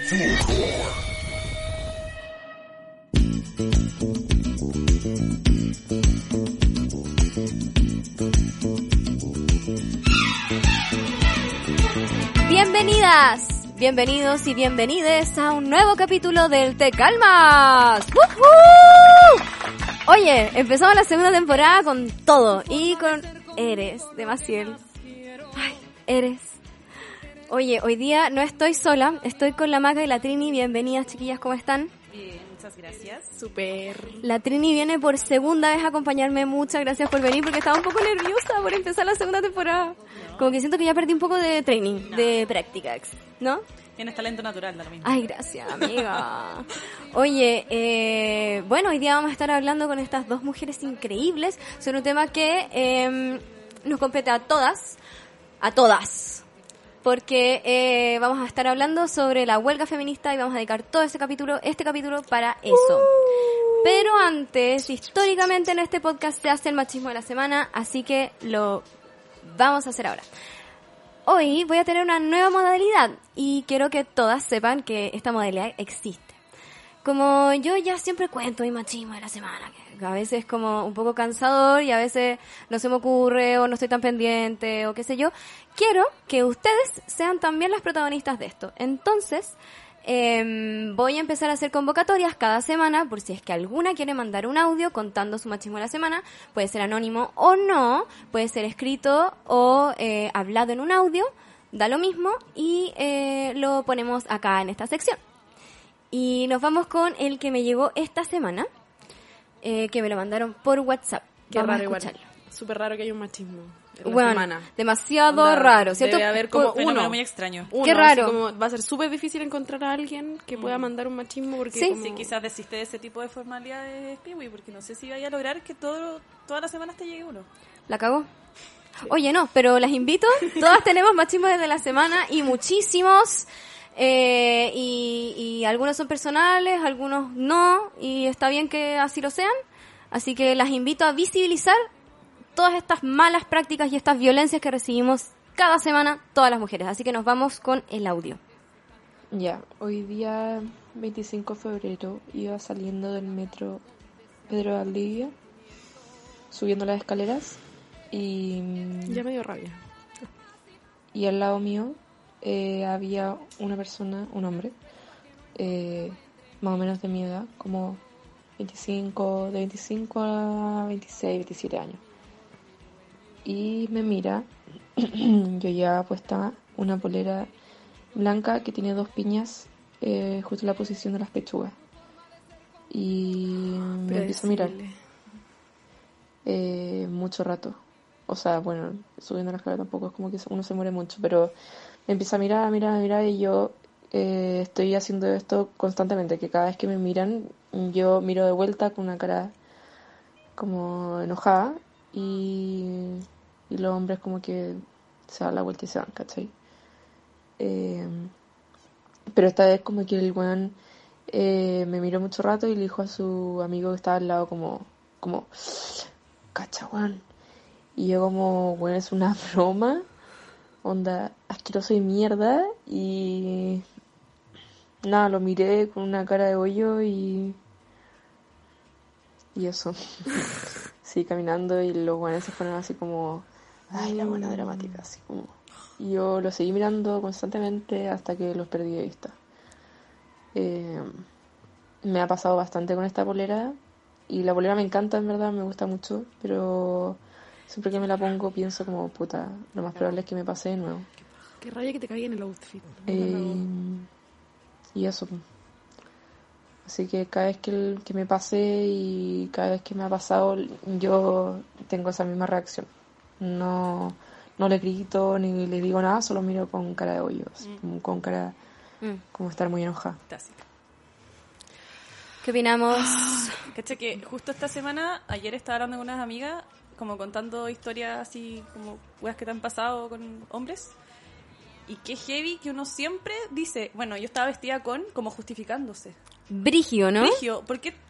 Bienvenidas, bienvenidos y bienvenides a un nuevo capítulo del Te Calmas. ¡Woohoo! Oye, empezamos la segunda temporada con todo y con Eres de Maciel. Ay, Eres. Oye, hoy día no estoy sola, estoy con la Maca y la Trini. Bienvenidas, chiquillas, ¿cómo están? Bien, muchas gracias. Súper. La Trini viene por segunda vez a acompañarme. Muchas gracias por venir porque estaba un poco nerviosa por empezar la segunda temporada. No. Como que siento que ya perdí un poco de training, de práctica, ¿no? Tienes talento natural, da lo mismo. Ay, gracias, amiga. Oye, bueno, hoy día vamos a estar hablando con estas dos mujeres increíbles sobre un tema que nos compete a todas, porque vamos a estar hablando sobre la huelga feminista y vamos a dedicar todo este capítulo para eso. Pero antes, históricamente en este podcast se hace el machismo de la semana, así que lo vamos a hacer ahora. Hoy voy a tener una nueva modalidad y quiero que todas sepan que esta modalidad existe. Como yo ya siempre cuento mi machismo de la semana, que a veces es como un poco cansador y a veces no se me ocurre o no estoy tan pendiente o qué sé yo, quiero que ustedes sean también las protagonistas de esto. Entonces, voy a empezar a hacer convocatorias cada semana por si es que alguna quiere mandar un audio contando su machismo de la semana. Puede ser anónimo o no, puede ser escrito o hablado en un audio, da lo mismo y lo ponemos acá en esta sección. Y nos vamos con el que me llegó esta semana, que me lo mandaron por WhatsApp. Qué vamos raro a escucharlo. Súper raro que haya un machismo en bueno, la semana. Demasiado raro, ¿cierto? Debe haber como uno muy extraño. Qué raro. Como va a ser súper difícil encontrar a alguien que pueda mandar un machismo porque sí, como... sí, quizás desiste de ese tipo de formalidades, Piwi, porque no sé si vaya a lograr que todas las semanas te llegue uno. ¿La cagó? Sí. Oye, no, pero las invito. Todas tenemos machismo desde la semana y muchísimos. Y algunos son personales, algunos no, y está bien que así lo sean. Así que las invito a visibilizar todas estas malas prácticas y estas violencias que recibimos cada semana todas las mujeres. Así que nos vamos con el audio. Ya, hoy día 25 de febrero iba saliendo del metro Pedro de Valdivia, subiendo las escaleras y... Ya me dio rabia. Y al lado mío había una persona, un hombre, más o menos de mi edad, como de 25 a 26, 27 años. Y me mira, yo ya puesta una polera blanca que tiene 2 piñas justo en la posición de las pechugas. Y me empieza a mirar mucho rato. O sea, bueno, subiendo la escalera tampoco es como que uno se muere mucho, pero me empieza a mirar y yo estoy haciendo esto constantemente, que cada vez que me miran yo miro de vuelta con una cara como enojada y los hombres como que se dan la vuelta y se van, ¿cachai? Pero esta vez como que el weón me miró mucho rato y le dijo a su amigo que estaba al lado como cacha, weón. Y yo como, bueno, es una broma, onda asqueroso y mierda, y nada, lo miré con una cara de hoyo y eso. Sí, caminando y los guanes se fueron así como, ay, la buena dramática, así como. Y yo lo seguí mirando constantemente hasta que los perdí de vista. Me ha pasado bastante con esta polera, y la polera me encanta, en verdad, me gusta mucho, pero... Siempre que me la pongo pienso como, puta, lo más probable es que me pase de nuevo. Qué rabia que te caiga en el outfit. Y eso. Así que cada vez que me pase y cada vez que me ha pasado, yo tengo esa misma reacción. No le grito ni le digo nada, solo miro con cara de hoyo, como con cara como estar muy enojada. ¿Qué opinamos? Caché que justo esta semana, ayer estaba hablando con unas amigas, como contando historias así como weas que te han pasado con hombres, y qué heavy que uno siempre dice, bueno, yo estaba vestida como justificándose. Brigio, ¿no? Brigio, porque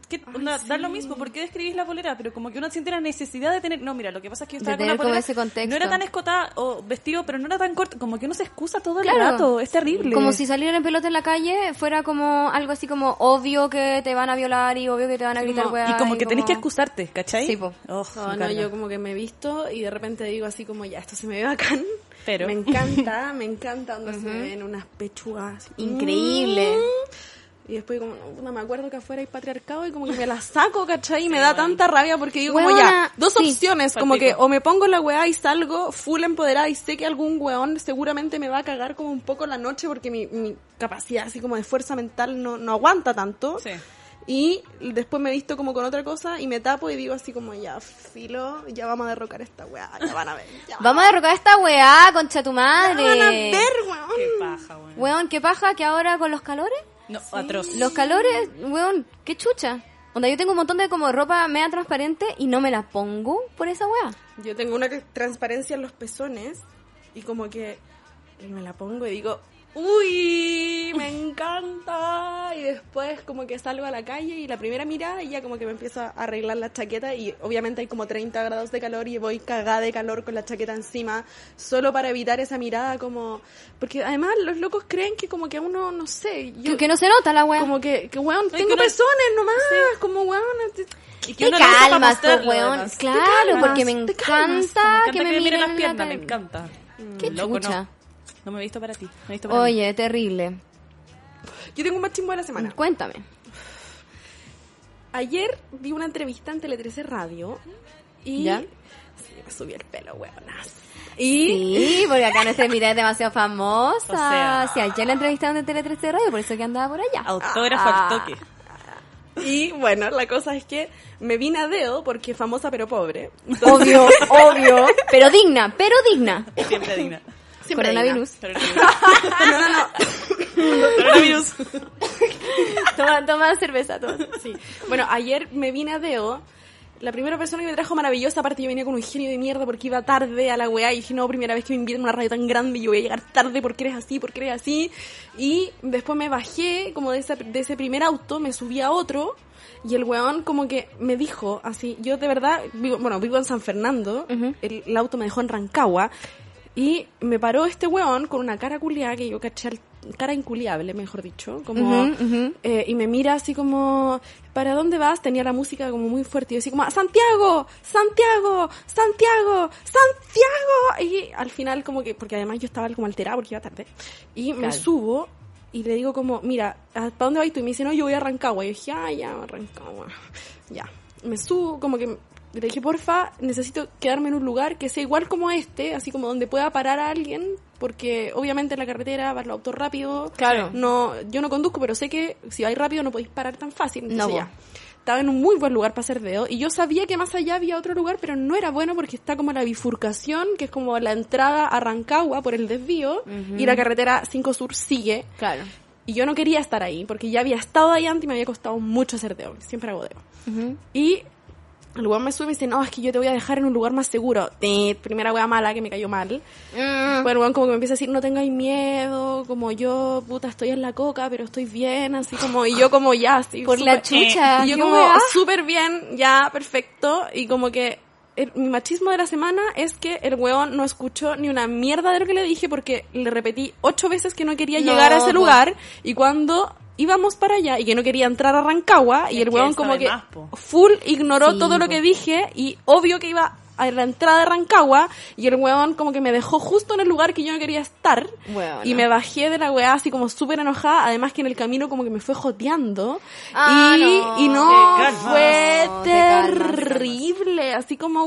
¿qué onda? Da lo mismo, ¿por qué describís la polera? Pero como que uno siente la necesidad de tener... No, mira, lo que pasa es que yo estaba De con una tener como polera... ese contexto. No era tan escotada o vestido, pero no era tan corto. Como que uno se excusa todo el Claro. rato. Es terrible. Como si salir en pelota en la calle fuera como algo así como obvio que te van a violar y obvio que te van a gritar como- weá. Y como que tenés que excusarte, ¿cachai? Sí, po. Oh, No, me no, carga. yo como que me he visto y de repente digo así como, ya, esto se me ve bacán. Pero- Me encanta donde se me ven unas pechugas. Increíble. Y después como, no me acuerdo que afuera hay patriarcado y como que me la saco, ¿cachai? Y me da tanta rabia porque digo como Huevona, ya, dos sí. opciones, como Palpico. que o me pongo la weá y salgo full empoderada y sé que algún weón seguramente me va a cagar como un poco la noche porque mi capacidad así como de fuerza mental no aguanta tanto. Sí. Y después me visto como con otra cosa y me tapo y digo así como ya, filo, ya vamos a derrocar esta weá, ya van a ver. Ya Vamos a derrocar esta weá, concha tu madre. van a ver, weón. Qué paja, weón. Weón, qué paja que ahora con los calores. No, atroz. Los calores, weón, qué chucha. Onda, yo tengo un montón de como ropa media transparente y no me la pongo por esa weá. Yo tengo una transparencia en los pezones y como que me la pongo y digo, uy, me encanta. Y después como que salgo a la calle y la primera mirada y ya como que me empiezo a arreglar la chaqueta y obviamente hay como 30 grados de calor y voy cagada de calor con la chaqueta encima solo para evitar esa mirada como... Porque además los locos creen que como que a uno, no sé, yo... Que no se nota la weá. Como que weón, que tengo uno- pezones nomás, como weón... Y Te uno lo usa para calmas, mostrarlo, pues, weón. además. Claro, calmas, porque me te calmas. encanta Me que encanta me que me miren las la piernas, me cara. encanta. Qué Loco, chucha. no. No me he visto para ti. Me he visto para mí. Oye, terrible. Yo tengo un machismo de la semana. Cuéntame. Ayer vi una entrevista en Tele 13 Radio y ¿Ya? sí, me subí el pelo, huevonas. Y Sí, porque acá nuestra mirada es demasiado famosa. O sea- Si ayer la entrevistaron en Tele 13 Radio, por eso que andaba por allá. Autógrafo al toque. y bueno, la cosa es que me vine a dedo porque famosa pero pobre. Obvio, obvio. Pero digna, pero digna. Siempre digna. Siempre Coronavirus. Coronavirus. Toma cerveza, toma. Sí. Bueno, ayer me vine a Deo. La primera persona que me trajo maravillosa, aparte yo venía con un genio de mierda porque iba tarde a la weá y dije, no, primera vez que me invitan a una radio tan grande y yo voy a llegar tarde porque eres así, porque eres así. Y después me bajé como de ese primer auto, me subí a otro y el weón como que me dijo así, yo de verdad, vivo en San Fernando, el auto me dejó en Rancagua y me paró este weón con una cara culiada que yo caché cara inculiable, mejor dicho, como y me mira así como, ¿para dónde vas? Tenía la música como muy fuerte y yo así como, ¡Santiago! ¡Santiago! ¡Santiago! ¡Santiago! Y al final como que, porque además yo estaba como alterada porque iba tarde, y me subo y le digo como, mira, ¿para dónde vas tú? Y me dice, no, yo voy a Rancagua. Y yo dije, ya, Rancagua. Ya. Me subo, como que le dije, porfa, necesito quedarme en un lugar que sea igual como este, así como donde pueda parar a alguien, porque obviamente en la carretera vas los autos rápido. Claro. No, yo no conduzco, pero sé que si vais rápido no podéis parar tan fácil. Entonces No, ya. Estaba en un muy buen lugar para hacer dedo y yo sabía que más allá había otro lugar, pero no era bueno porque está como la bifurcación, que es como la entrada a Rancagua por el desvío y la carretera 5 Sur sigue. Claro. Y yo no quería estar ahí porque ya había estado ahí antes y me había costado mucho hacer dedo. Siempre hago dedo. Y el weón me sube y me dice, no, es que yo te voy a dejar en un lugar más seguro. Primera wea mala que me cayó mal. Bueno, el weón como que me empieza a decir, no tengáis miedo, como yo, puta, estoy en la coca, pero estoy bien, así como, y yo como ya, así. Por la chucha. Y yo qué como, weá. súper bien, ya, perfecto. Y como que mi machismo de la semana es que el weón no escuchó ni una mierda de lo que le dije porque le repetí 8 veces que no quería No, llegar a ese po. lugar y cuando íbamos para allá y que no quería entrar a Rancagua y Es el que weón él como sabe que más, po. full ignoró Sí, todo lo po. que dije y obvio que iba a la entrada de Rancagua y el weón como que me dejó justo en el lugar que yo no quería estar Weona. y me bajé de la weá así como súper enojada, además que en el camino como que me fue joteando Ah, y no. no, Te calmas. fue No, te calmas, terrible, así como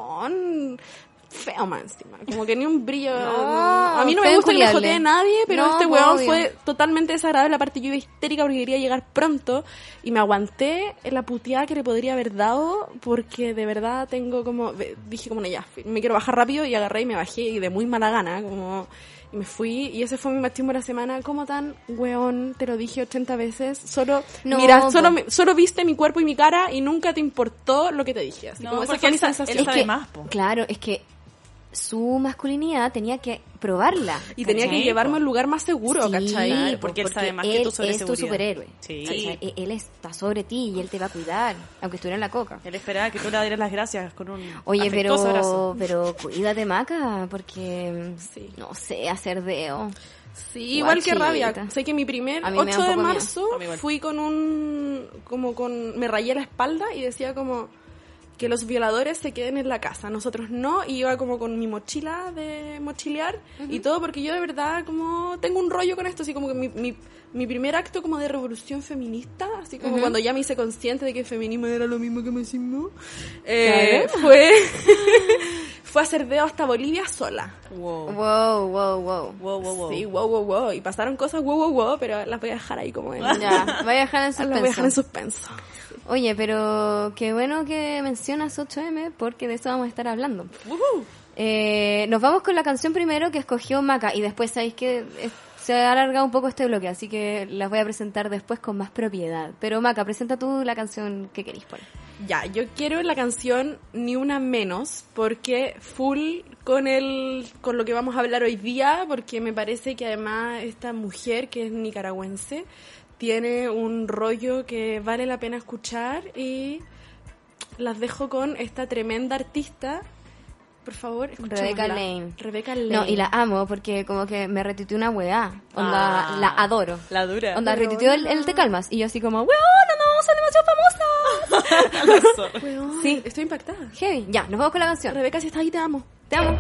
weón feo más encima, como que ni un brillo. No, A mí no me feo gusta que me inculiable. jotee nadie, pero No, este weón obvio. fue totalmente desagradable. Aparte yo iba histérica porque quería llegar pronto y me aguanté en la puteada que le podría haber dado porque de verdad tengo como, dije como, no, ya, me quiero bajar rápido y agarré y me bajé y de muy mala gana, como, y me fui y ese fue mi machismo de la semana. Como tan weón, te lo dije 80 veces, solo, No, mira, po. solo viste mi cuerpo y mi cara y nunca te importó lo que te dije. Así No, como esa porque fue mi él sensación. sabe más, po. Claro, es que su masculinidad tenía que probarla. Y tenía que ¿cachai? llevarme a un lugar más seguro, Sí, ¿cachai? Claro, porque él sabe más que tú sobre él es tu seguridad. superhéroe. Sí. ¿Cachai? Él está sobre ti y él te va a cuidar, aunque estuviera en la coca. Él esperaba que tú le dieras las gracias con un Oye, afectuoso abrazo. pero cuídate, Maca, porque Sí. no sé, hacer deo. Sí, igual que Guachita. rabia. Sé que mi primer A mí me da 8 un de poco miedo. marzo A mí igual. fui me rayé la espalda y decía como que los violadores se queden en la casa, nosotros no, y iba como con mi mochila de mochilear y todo, porque yo de verdad como tengo un rollo con esto, así como que mi primer acto como de revolución feminista, así como cuando ya me hice consciente de que el feminismo era lo mismo que machismo, fue hacer dedo hasta Bolivia sola. Wow. Wow. Wow, wow, wow. Sí, wow. Y pasaron cosas wow, pero las voy a dejar ahí como en... Ya, voy a dejar en Las voy a dejar en suspenso. suspenso. Oye, pero qué bueno que mencionas 8M porque de eso vamos a estar hablando. Nos vamos con la canción primero que escogió Maca y después sabéis que se ha alargado un poco este bloque, así que las voy a presentar después con más propiedad. Pero Maca, presenta tú la canción que queréis poner. Ya, yo quiero la canción Ni Una Menos, porque full con lo que vamos a hablar hoy día, porque me parece que además esta mujer, que es nicaragüense, tiene un rollo que vale la pena escuchar y las dejo con esta tremenda artista. Por favor, Rebeca escuchémosla. Lane. Rebeca Lane. No, y la amo porque como que me retuiteó una weá. Onda, la adoro. La dura. Onda, Pero retuiteó el Te Calmas. Y yo así como, weona, no, son demasiado famosas. Weón, Sí. estoy impactada. Heavy. Ya, nos vamos con la canción. Rebeca, si estás ahí, te amo. Te amo.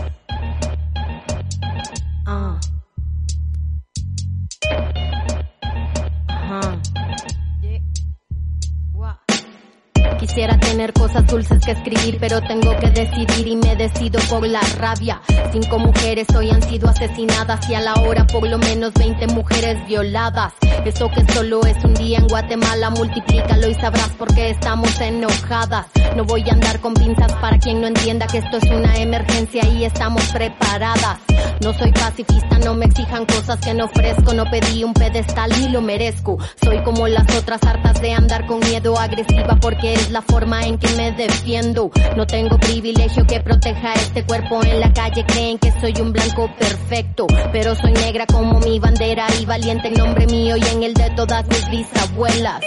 Quisiera tener cosas dulces que escribir, pero tengo que decidir y me decido por la rabia. 5 mujeres hoy han sido asesinadas y a la hora por lo menos 20 mujeres violadas. Eso que solo es un día en Guatemala, multiplícalo y sabrás por qué estamos enojadas. No voy a andar con pinzas para quien no entienda que esto es una emergencia y estamos preparadas. No soy pacifista, no me exijan cosas que no ofrezco. No pedí un pedestal ni lo merezco. Soy como las otras, hartas de andar con miedo, agresiva porque es la forma en que me defiendo. No tengo privilegio que proteja este cuerpo. En la calle creen que soy un blanco perfecto, pero soy negra como mi bandera y valiente en nombre mío y en el de todas mis bisabuelas.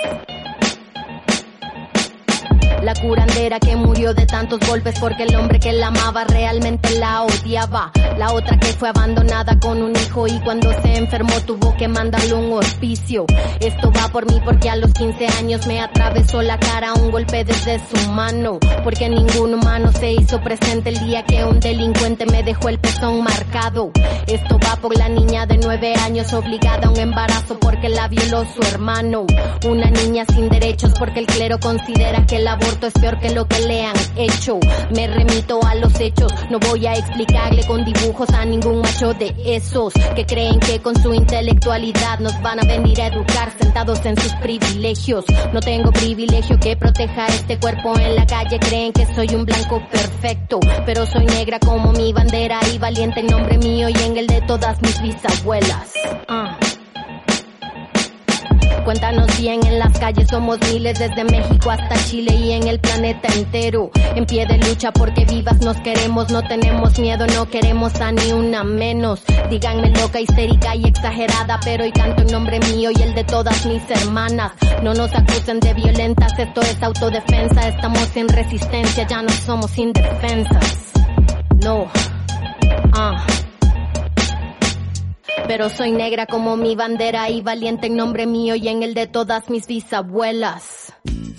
La curandera que murió de tantos golpes porque el hombre que la amaba realmente la odiaba. La otra que fue abandonada con un hijo y cuando se enfermó tuvo que mandarle un hospicio. Esto va por mí porque a los 15 años me atravesó la cara un golpe desde su mano. Porque ningún humano se hizo presente el día que un delincuente me dejó el pezón marcado. Esto va por la niña de 9 años obligada a un embarazo porque la violó su hermano. Una niña sin derechos porque el clero considera que el aborto es peor que lo que le han hecho. Me remito a los hechos, no voy a explicarle con dibujos a ningún macho de esos que creen que con su intelectualidad nos van a venir a educar sentados en sus privilegios. No tengo privilegio que proteja este cuerpo. En la calle creen que soy un blanco perfecto, pero soy negra como mi bandera y valiente en nombre mío y en el de todas mis bisabuelas. Cuéntanos bien, en las calles somos miles, desde México hasta Chile y en el planeta entero. En pie de lucha porque vivas nos queremos, no tenemos miedo, no queremos a ni una menos. Díganme loca, histérica y exagerada, pero hoy canto en nombre mío y el de todas mis hermanas. No nos acusen de violentas, esto es autodefensa. Estamos en resistencia, ya no somos indefensas. No. Pero soy negra como mi bandera y valiente en nombre mío y en el de todas mis bisabuelas.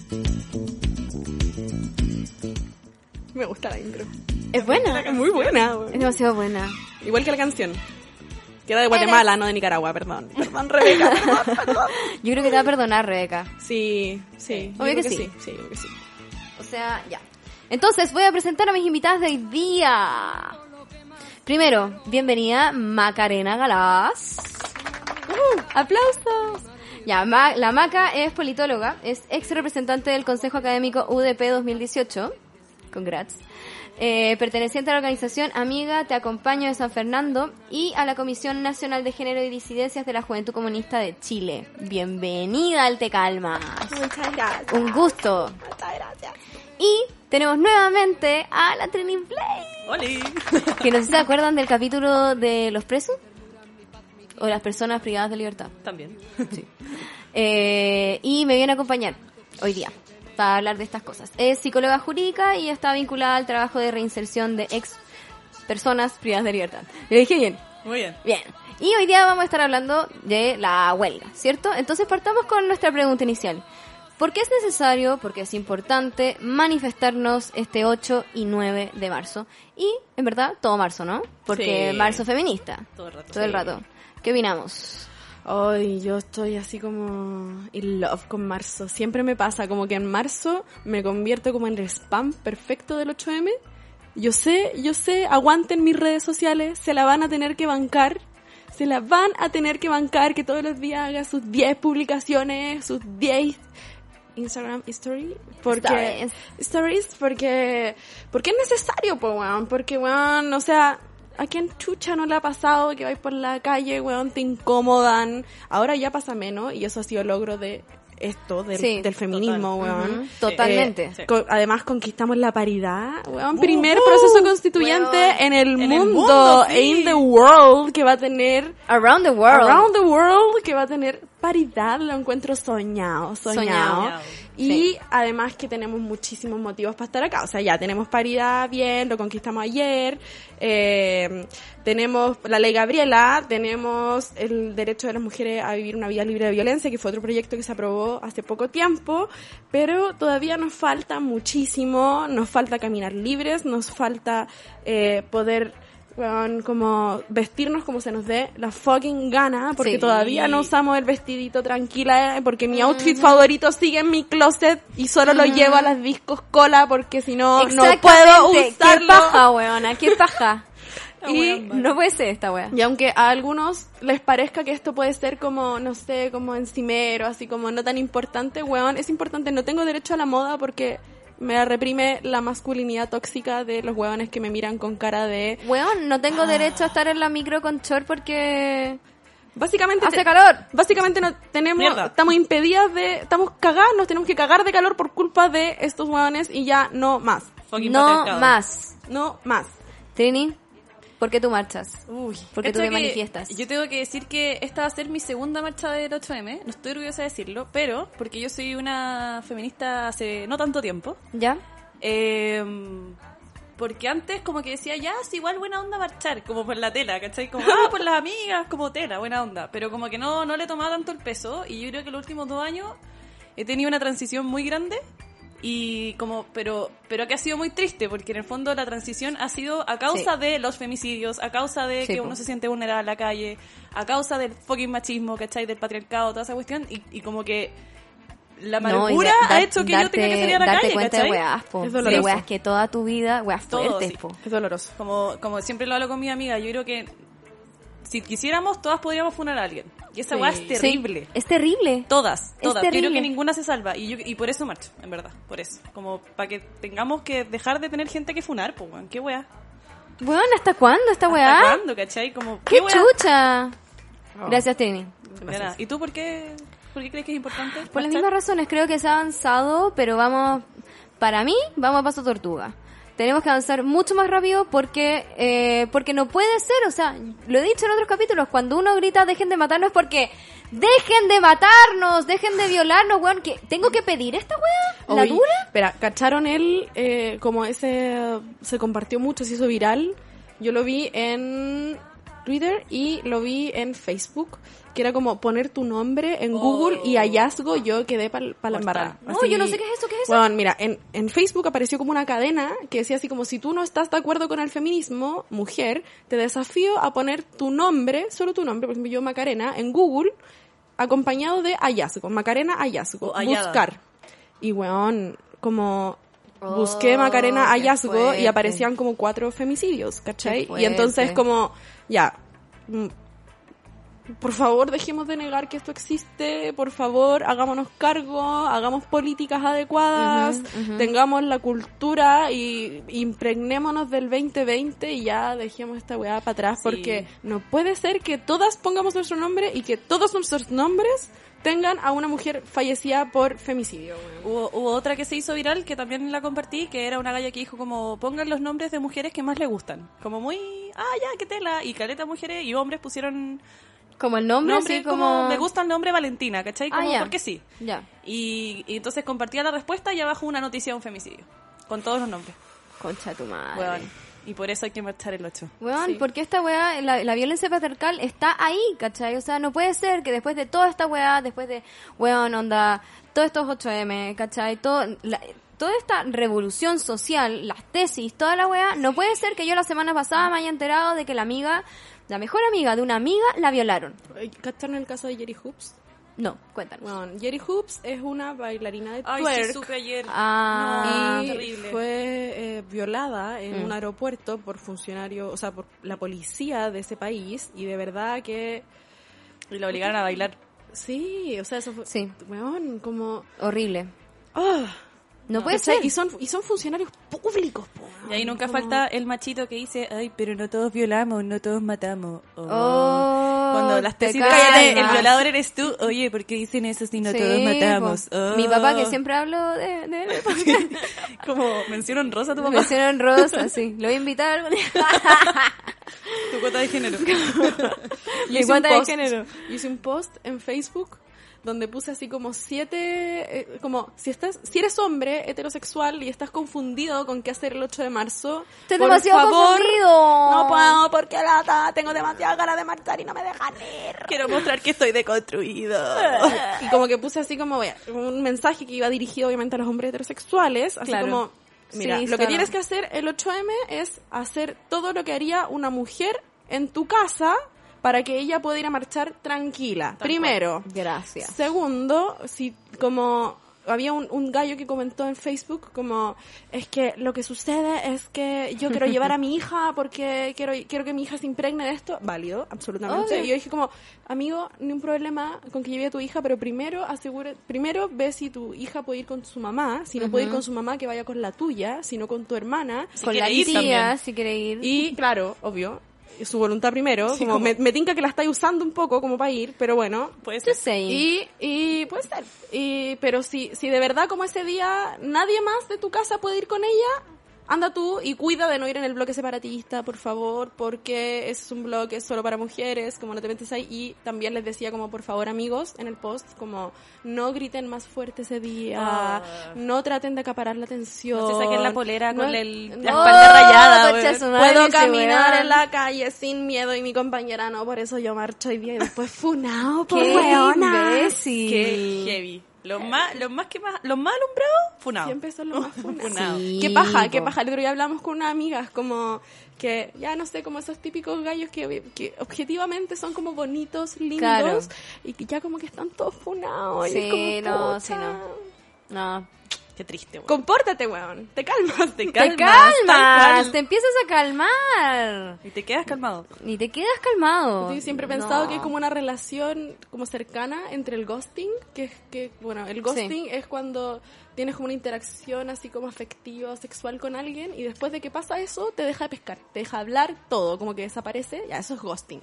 Me gusta la intro. Es buena. Es muy buena. Es demasiado buena. Igual que la canción. Que era de Guatemala, no de Nicaragua, perdón. Perdón, Rebeca, perdón. Yo creo que te va a perdonar, Rebeca. Sí. Obvio yo creo que sí. Sí, obvio que sí. O sea, ya. Entonces voy a presentar a mis invitadas de hoy día. Primero, bienvenida Macarena Galás. ¡Aplausos! Ya, la Maca es politóloga, es ex representante del Consejo Académico UDP 2018. Congrats. Perteneciente a la organización Amiga Te Acompaño de San Fernando y a la Comisión Nacional de Género y Disidencias de la Juventud Comunista de Chile. Bienvenida al Te Calmas. Muchas gracias. Un gusto. Muchas gracias. Y tenemos nuevamente a la Trini Blade. ¡Oli! Que no sé si se acuerdan del capítulo de los presos o las personas privadas de libertad. También. Y me viene a acompañar hoy día para hablar de estas cosas. Es psicóloga jurídica y está vinculada al trabajo de reinserción de ex personas privadas de libertad. ¿Lo dije bien? Muy bien. Bien. Y hoy día vamos a estar hablando de la huelga, ¿cierto? Entonces partamos con nuestra pregunta inicial. ¿Por qué es necesario, porque es importante manifestarnos este 8 y 9 de marzo? Y, en verdad, todo marzo, ¿no? Porque Sí. marzo feminista. Todo el rato. Todo el Sí. rato. ¿Qué opinamos? Ay, yo estoy así como in love con marzo. Siempre me pasa, como que en marzo me convierto como en el spam perfecto del 8M. Yo sé, aguanten mis redes sociales, se la van a tener que bancar. Se la van a tener que bancar, que todos los días haga sus 10 publicaciones, sus 10 Instagram stories, porque es necesario, pues, weón, porque, weón, o sea, ¿a quién chucha no le ha pasado que vais por la calle, weón, te incomodan? Ahora ya pasa menos, y eso ha sido logro de esto, del feminismo, total. weón. Ujú, totalmente. Sí. Además conquistamos la paridad, weón, primer proceso constituyente weón. en el En mundo, el mundo, sí. in the world, que va a tener Around the world. Around the world, que va a tener paridad. Lo encuentro soñado. Soñado. Y Sí. además que tenemos muchísimos motivos para estar acá. O sea, ya tenemos paridad, bien, lo conquistamos ayer. Tenemos la ley Gabriela, tenemos el derecho de las mujeres a vivir una vida libre de violencia, que fue otro proyecto que se aprobó hace poco tiempo, pero todavía nos falta muchísimo, nos falta caminar libres, nos falta poder, weón, como vestirnos como se nos dé la fucking gana, porque Sí. todavía no usamos el vestidito tranquila, porque mi outfit favorito sigue en mi closet y solo lo llevo a las discos cola, porque si no, no puedo Exactamente. usarlo. ¡Qué paja, weona! ¡Qué paja! Y No puede ser esta wea. y aunque a algunos les parezca que esto puede ser como, no sé, como encimero, así como no tan importante, weón, es importante. No tengo derecho a la moda porque me reprime la masculinidad tóxica de los weones que me miran con cara de... Weón, no tengo derecho a estar en la micro con short porque Básicamente hace calor. Básicamente no tenemos, Mierda. estamos impedidas de, estamos cagadas, nos tenemos que cagar de calor por culpa de estos hueones y ya no más. Fucking No patriarcado. más. No más. Trini, ¿por qué tú marchas? Uy. ¿Por qué tú Cacha te que manifiestas? Yo tengo que decir que esta va a ser mi segunda marcha del 8M. No estoy orgullosa de decirlo, pero porque yo soy una feminista hace no tanto tiempo. ¿Ya? Porque antes como que decía, ya, es igual buena onda marchar, como por la tela, ¿cachai? Como, por las amigas, como tela, buena onda. Pero como que no le tomaba tanto el peso. Y yo creo que los últimos 2 años he tenido una transición muy grande. Y como, pero que ha sido muy triste, porque en el fondo la transición ha sido a causa Sí. de los femicidios, a causa de Sí, que po. uno se siente vulnerable en la calle, a causa del fucking machismo, ¿cachai? Del patriarcado, toda esa cuestión, y como que la No, y amargura ha hecho que yo tenga que salir a la darte calle, cuenta ¿cachai? de weas, po. Es De doloroso. weas que toda tu vida, weas Todo, fuertes, sí. po. Es doloroso. Como siempre lo hablo con mi amiga, yo creo que si quisiéramos, todas podríamos funar a alguien. Y esa Sí. weá es terrible. Sí, es terrible. Todas. Yo creo terrible. que ninguna se salva. Y por eso marcho, en verdad. Por eso. Como para que tengamos que dejar de tener gente que funar, pues, weón. ¿Qué weá? Bueno, ¿hasta cuándo esta ¿Hasta weá? cuándo, cachai? Como, ¡Qué weá? chucha! Gracias, Trini. De nada. ¿Y tú por qué crees que es importante? Por las marchar? mismas razones, creo que se ha avanzado, pero para mí, vamos a paso tortuga. Tenemos que avanzar mucho más rápido porque no puede ser, o sea, lo he dicho en otros capítulos, cuando uno grita dejen de matarnos es porque dejen de matarnos, dejen de violarnos, weón, que tengo que pedir esta weá, ¿la Oye, dura? Espera, ¿cacharon él? Como ese se compartió mucho, se hizo viral. Yo lo vi en Twitter y lo vi en Facebook, que era como poner tu nombre en Google y hallazgo yo quedé para la embarrada. No, Así- yo no sé qué es eso, ¿qué es eso? Bueno, mira, en Facebook apareció como una cadena que decía así como, si tú no estás de acuerdo con el feminismo, mujer, te desafío a poner tu nombre, solo tu nombre, por ejemplo yo Macarena, en Google, acompañado de hallazgo, Macarena hallazgo, O hallada. buscar. Y weón, como Oh, busqué Macarena qué hallazgo y fuerte. aparecían como 4 femicidios, ¿cachai? Qué Y entonces fuerte. como, ya, por favor, dejemos de negar que esto existe, por favor, hagámonos cargo, hagamos políticas adecuadas, tengamos la cultura y impregnémonos del 2020 y ya dejemos esta weá para atrás, porque no puede ser que todas pongamos nuestro nombre y que todos nuestros nombres tengan a una mujer fallecida por femicidio. Hubo otra que se hizo viral, que también la compartí, que era una galla que dijo como, pongan los nombres de mujeres que más les gustan. Como muy, ya, qué tela. Y caleta mujeres y hombres pusieron como el nombre, así como me gusta el nombre Valentina, ¿cachai? Como ya. porque sí. Ya. Y entonces compartía la respuesta y abajo una noticia de un femicidio. Con todos los nombres. Concha tu madre. Bueno, y por eso hay que marchar el 8. Weón, Sí. porque esta weá, la violencia patriarcal está ahí, ¿cachai? O sea, no puede ser que después de toda esta weá, después de, weón, onda, todos estos 8M, ¿cachai? Toda esta revolución social, las tesis, toda la weá, no puede ser que yo la semana pasada me haya enterado de que la mejor amiga de una amiga la violaron. ¿Cacharon el caso de Jerry Hoops? No, cuéntanos. Bueno, Jerry Hoops es una bailarina de Ay, twerk. sí, supe ayer. Ah, y terrible. fue violada en un aeropuerto por funcionarios, o sea, por la policía de ese país, y de verdad que Y la obligaron a bailar. sí, o sea, eso fue, Sí. weón, como horrible. ah, No puede ¿cachai? ser. y son funcionarios públicos, po, Y ahí nunca como- falta el machito que dice, ay, pero no todos violamos, no todos matamos. Oh, Cuando las te tesis, calmas. cállate, el violador eres tú. Oye, ¿por qué dicen eso si no Sí, todos matamos? po. Oh. Mi papá, que siempre hablo de Como menciono honrosa a tu me papá. hicieron rosa, sí. Lo voy a invitar algún día. Tu cuota de género. Yo Mi hice cuota un de post- género. yo hice un post en Facebook donde puse así como 7, como si eres hombre heterosexual y estás confundido con qué hacer el 8 de marzo, Estoy por demasiado favor, confundido. no puedo porque tengo demasiadas ganas de marchar y no me dejan ir. Quiero mostrar que estoy deconstruido. Y como que puse así como un mensaje que iba dirigido obviamente a los hombres heterosexuales, así Claro. como, mira, Sí, lo que claro. tienes que hacer el 8M es hacer todo lo que haría una mujer en tu casa para que ella pueda ir a marchar tranquila. Primero. Gracias. Segundo, si como había un gallo que comentó en Facebook como, es que lo que sucede es que yo quiero llevar a mi hija porque quiero que mi hija se impregne de esto. Válido, absolutamente. Obvio. Y yo dije como, amigo, ni un problema con que lleve a tu hija, pero primero ve si tu hija puede ir con su mamá. Si no puede ir con su mamá, que vaya con la tuya, sino con tu hermana. Con la quiere ir tía, también. si quiere ir. Y claro, obvio, su voluntad primero. Sí, como como- me tinca que la estáis usando un poco como para ir, pero bueno. Puede ser. Just saying. Y puede ser. Pero si de verdad como ese día nadie más de tu casa puede ir con ella, anda tú y cuida de no ir en el bloque separatista, por favor, porque es un bloque solo para mujeres, como no te metes ahí. Y también les decía como, por favor, amigos, en el post, como no griten más fuerte ese día, no traten de acaparar la atención. No se saquen la polera con No- la no, espalda rayada. concha weón. su madre, Puedo ese caminar weón. en la calle sin miedo y mi compañera no, por eso yo marcho hoy día y después funao por ¡Qué weona. imbécil! Qué heavy. Los más alumbrados, funado. Siempre son los más funados. Funado. Sí, Qué paja. po. El otro día hablamos con unas amigas como que, ya no sé, como esos típicos gallos que objetivamente son como bonitos, lindos, Claro. y que ya como que están todos funados. y Sí, es como, no, pucha, sí, no. No. Qué triste, weón. Compórtate, weón. Te calmas. Te Te calmas, calmas, tal cual. te empiezas a calmar. Y te quedas calmado. Y te quedas calmado. Yo siempre he pensado No. que hay como una relación como cercana entre el ghosting, bueno, el ghosting es cuando tienes como una interacción así como afectiva o sexual con alguien y después de que pasa eso te deja de pescar, te deja hablar todo, como que desaparece, ya eso es ghosting.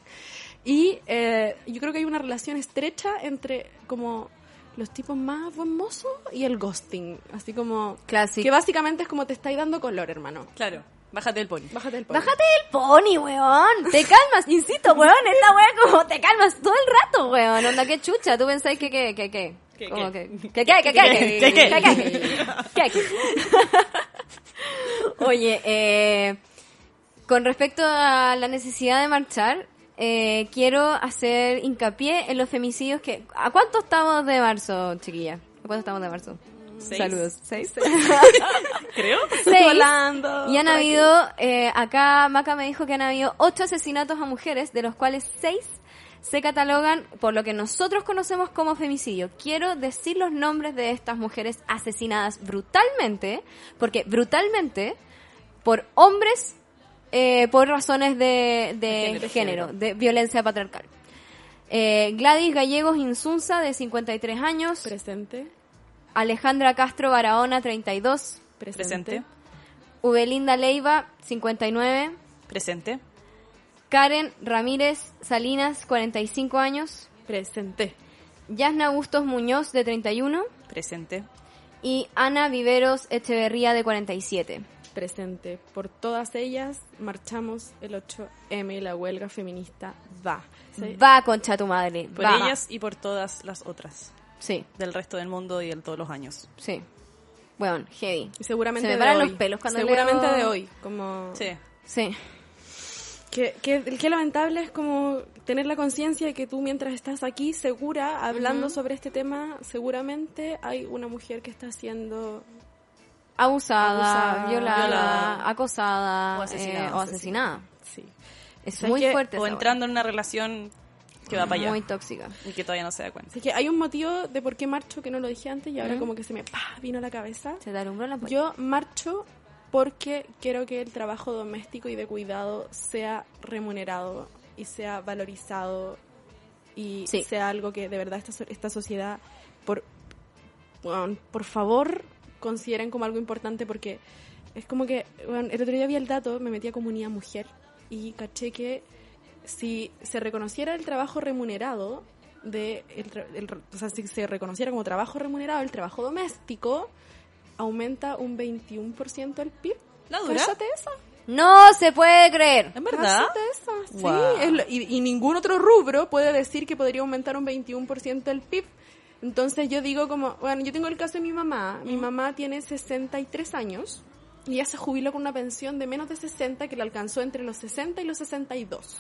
Y yo creo que hay una relación estrecha entre como los tipos más buen mozo y el ghosting, así como Clásico. que básicamente es como te estáis dando color, hermano. Claro. Bájate del pony. Bájate el pony. Bájate del pony, weón. Te calmas, insisto, weón. Esta weón como te calmas todo el rato, weón. Onda, qué chucha. ¿Tú pensáis que qué? Como que Oye, con respecto a la necesidad de marchar, quiero hacer hincapié en los femicidios que... ¿A cuánto estamos de marzo, chiquilla? ¿A cuánto estamos de marzo? 6. Saludos. 6. Creo. 6. Volando. Y han habido, acá Maca me dijo que han habido 8 asesinatos a mujeres, de los cuales 6 se catalogan por lo que nosotros conocemos como femicidio. Quiero decir los nombres de estas mujeres asesinadas brutalmente, porque brutalmente, por hombres, por razones de género, de violencia patriarcal. Gladys Gallegos Insunza, de 53 años. Presente. Alejandra Castro Barahona, 32. Presente. Ubelinda Leiva, 59. Presente. Karen Ramírez Salinas, 45 años. Presente. Yasna Bustos Muñoz, de 31. Presente. Y Ana Viveros Echeverría, de 47. Presente. Por todas ellas marchamos el 8M, la huelga feminista va. ¿Sí? Va, concha tu madre. Por va. ellas y por todas las otras Sí, del resto del mundo y de todos los años. sí. Bueno, heavy. Y seguramente Se me de paran hoy. los pelos cuando seguramente leo- de hoy. Como... Sí. Sí. Qué lamentable es como tener la conciencia de que tú mientras estás aquí segura, hablando sobre este tema, seguramente hay una mujer que está siendo... Abusada, violada, violada, acosada o asesinada. o asesinada. Sí. Es ¿Sabes muy qué? fuerte. O esa entrando en una relación que va para allá Muy tóxica. y que todavía no se da cuenta. Así que hay un motivo de por qué marcho que no lo dije antes y ahora Ujú. como que se me vino a la cabeza. Se te alumbró la polla. Yo marcho porque quiero que el trabajo doméstico y de cuidado sea remunerado y sea valorizado y Sí. sea algo que de verdad esta sociedad, por favor, consideren como algo importante, porque es como que, bueno, el otro día vi el dato, me metí a Comunidad Mujer y caché que si se reconociera el trabajo remunerado, o sea, si se reconociera como trabajo remunerado el trabajo doméstico, aumenta un 21% el PIB. ¿La dura? Cásate esa. No se puede creer. ¿En verdad? Cásate esa. Sí, Wow. y ningún otro rubro puede decir que podría aumentar un 21% el PIB. Entonces yo digo como, bueno, yo tengo el caso de mi mamá. Mi mamá tiene 63 años y ella se jubiló con una pensión de menos de 60 que le alcanzó entre los 60 y los 62.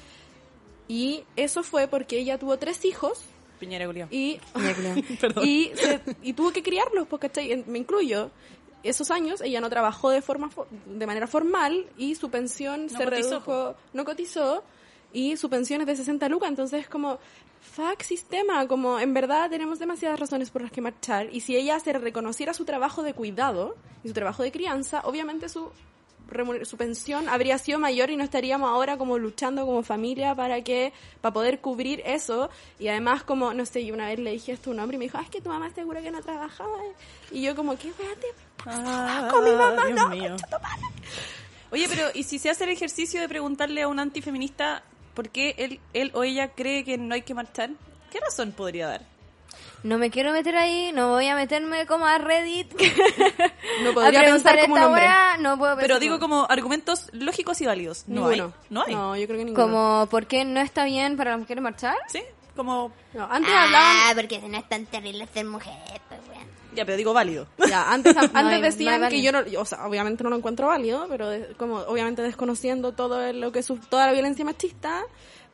Y eso fue porque ella tuvo 3 hijos Piñera Julián. y Perdón. y tuvo que criarlos, porque ¿cachai? Me incluyo. Esos años ella no trabajó de manera formal y su pensión No se cotizó, redujo, no cotizó, y su pensión es de 60 lucas. Entonces, como, fuck sistema, como en verdad tenemos demasiadas razones por las que marchar, y si ella se reconociera su trabajo de cuidado y su trabajo de crianza, obviamente su pensión habría sido mayor y no estaríamos ahora como luchando como familia para poder cubrir eso. Y además, como, no sé, yo una vez le dije esto a un hombre y me dijo, es que tu mamá seguro que no trabajaba. Y yo como, ¿qué wea te con mi mamá? Dios No, mío. concha tu madre. Oye, pero ¿y si se hace el ejercicio de preguntarle a un antifeminista por qué él o ella cree que no hay que marchar? ¿Qué razón podría dar? No me quiero meter ahí, no voy a meterme como a Reddit. No a podría preguntar pensar como un esta hombre. wea, no puedo pensar Pero digo como argumentos lógicos y válidos. No Ninguno. hay. No hay. No, yo creo que ninguno. como ¿por qué no está bien para las mujeres marchar? ¿Sí? Como... No, antes hablaban... porque si no es tan terrible ser mujer, pues bueno. Ya, pero digo válido. Ya, antes hay- decían no hay que yo no, o sea, obviamente no lo encuentro válido, pero como obviamente desconociendo todo lo que toda la violencia machista,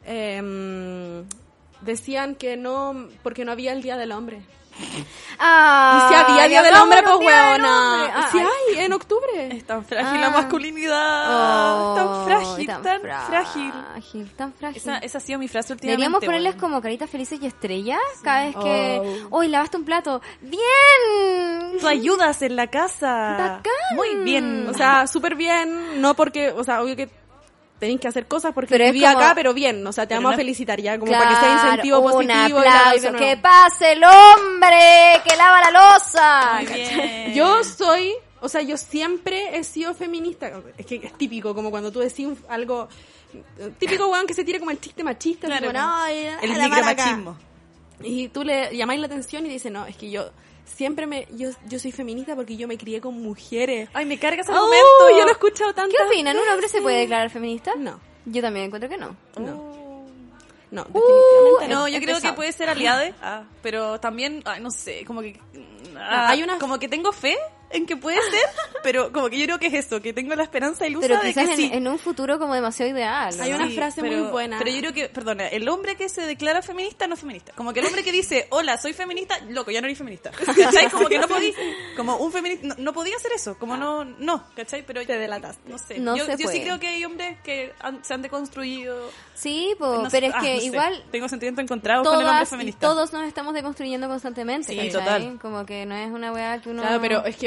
decían que no, porque no había el Día del Hombre. Ah, Y si había Día del Hombre, pues Día del huevona. Hombre. Ah, Si hay, en octubre. Es tan frágil Ah. la masculinidad. oh, tan frágil, tan frágil. Tan frágil. Esa ha sido mi frase últimamente. Deberíamos ponerles weón. como caritas felices y estrellas cada vez que... Oh. ¡Uy, lavaste un plato! ¡Bien! Tú ayudas en la casa. Bacán. Muy bien. O sea, súper bien, no porque, o sea, obvio que tenéis que hacer cosas porque Pero es viví como- acá, pero bien, o sea, te Pero vamos no- a felicitar ya, como para que sea incentivo Claro, positivo. Un y la vais de aplauso. nuevo. ¡Que pase el hombre que lava la losa! Muy bien. Yo soy, o sea, yo siempre he sido feminista. Es que es típico, como cuando tú decís algo típico, weón, que se tira como el chiste machista. Claro. Como, no, El la maraca. micromachismo. Y tú le llamáis la atención y dice, no, es que yo siempre yo soy feminista porque yo me crié con mujeres. Ay, me cargas ¡Oh! argumento. Yo lo he escuchado tanto. ¿Qué opinan? ¿Un hombre se puede declarar feminista? No, Yo también encuentro que no. no, definitivamente No, yo creo que Pesado. puede ser aliade, pero también, no sé, como que... hay una- Como que tengo fe en que puede ser, pero como que yo creo que es eso, que tengo la esperanza ilusa Pero de quizás que sí. en un futuro como demasiado ideal. ¿no? Hay una frase muy buena. Pero yo creo que, perdona, el hombre que se declara feminista no es feminista. Como que el hombre que dice, hola, soy feminista, loco, ya no eres feminista. ¿Cachai? Como que no podía, como un feminista, no podía hacer eso, como no, ¿cachai? Pero Te delataste. no sé. No yo se sí puede. creo que hay hombres que se han deconstruido. Sí, No sé, pero es que no sé. igual Tengo sentimientos encontrados con el hombre todas y feminista. todos nos estamos deconstruyendo constantemente. Sí, ¿cachai? total. Como que no es una weá que uno... Claro, pero es que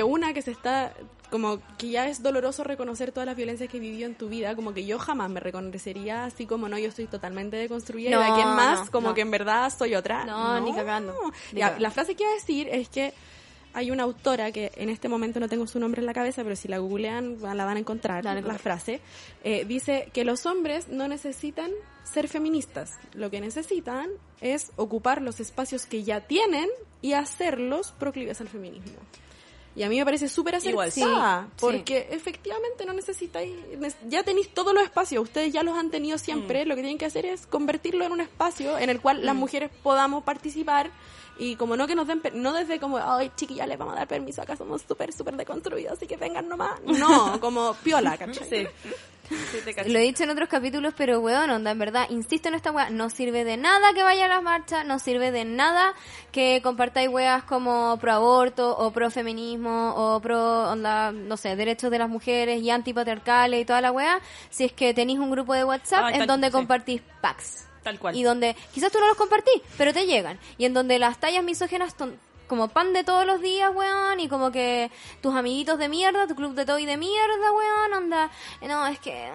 una que se está, como que ya es doloroso reconocer todas las violencias que vivió en tu vida, como que yo jamás me reconocería así como no, yo estoy totalmente deconstruida No, y de aquí en más, no, como no. que en verdad soy otra. No, ni cagando. Ni Ya, cagando. la frase que iba a decir es que hay una autora que en este momento no tengo su nombre en la cabeza, pero si la googlean la van a encontrar, Dale, la correcto. frase. Dice que los hombres no necesitan ser feministas. Lo que necesitan es ocupar los espacios que ya tienen y hacerlos proclives al feminismo. Y a mí me parece súper Igual, acertada, sí, porque efectivamente no necesitáis, ya tenéis todos los espacios, ustedes ya los han tenido siempre, lo que tienen que hacer es convertirlo en un espacio en el cual las mujeres podamos participar y como no que nos den, no desde como, ay chiquillas, les vamos a dar permiso, acá somos súper deconstruidos, así que vengan nomás, no, como piola, ¿cachai? Sí. Sí, te cacho. Lo he dicho en otros capítulos, pero weón, onda, en verdad, insisto en esta weá, no sirve de nada que vaya a las marchas, no sirve de nada que compartáis weas como pro aborto, o pro feminismo, o pro, onda, no sé, derechos de las mujeres y antipatriarcales y toda la wea, si es que tenéis un grupo de WhatsApp Ah, en tal- donde sí. compartís packs. Tal cual. Y donde, quizás tú no los compartís, pero te llegan. Y en donde las tallas misóginas como pan de todos los días, weón, y como que tus amiguitos de mierda, tu club de toy de mierda, weón, onda, no, es que,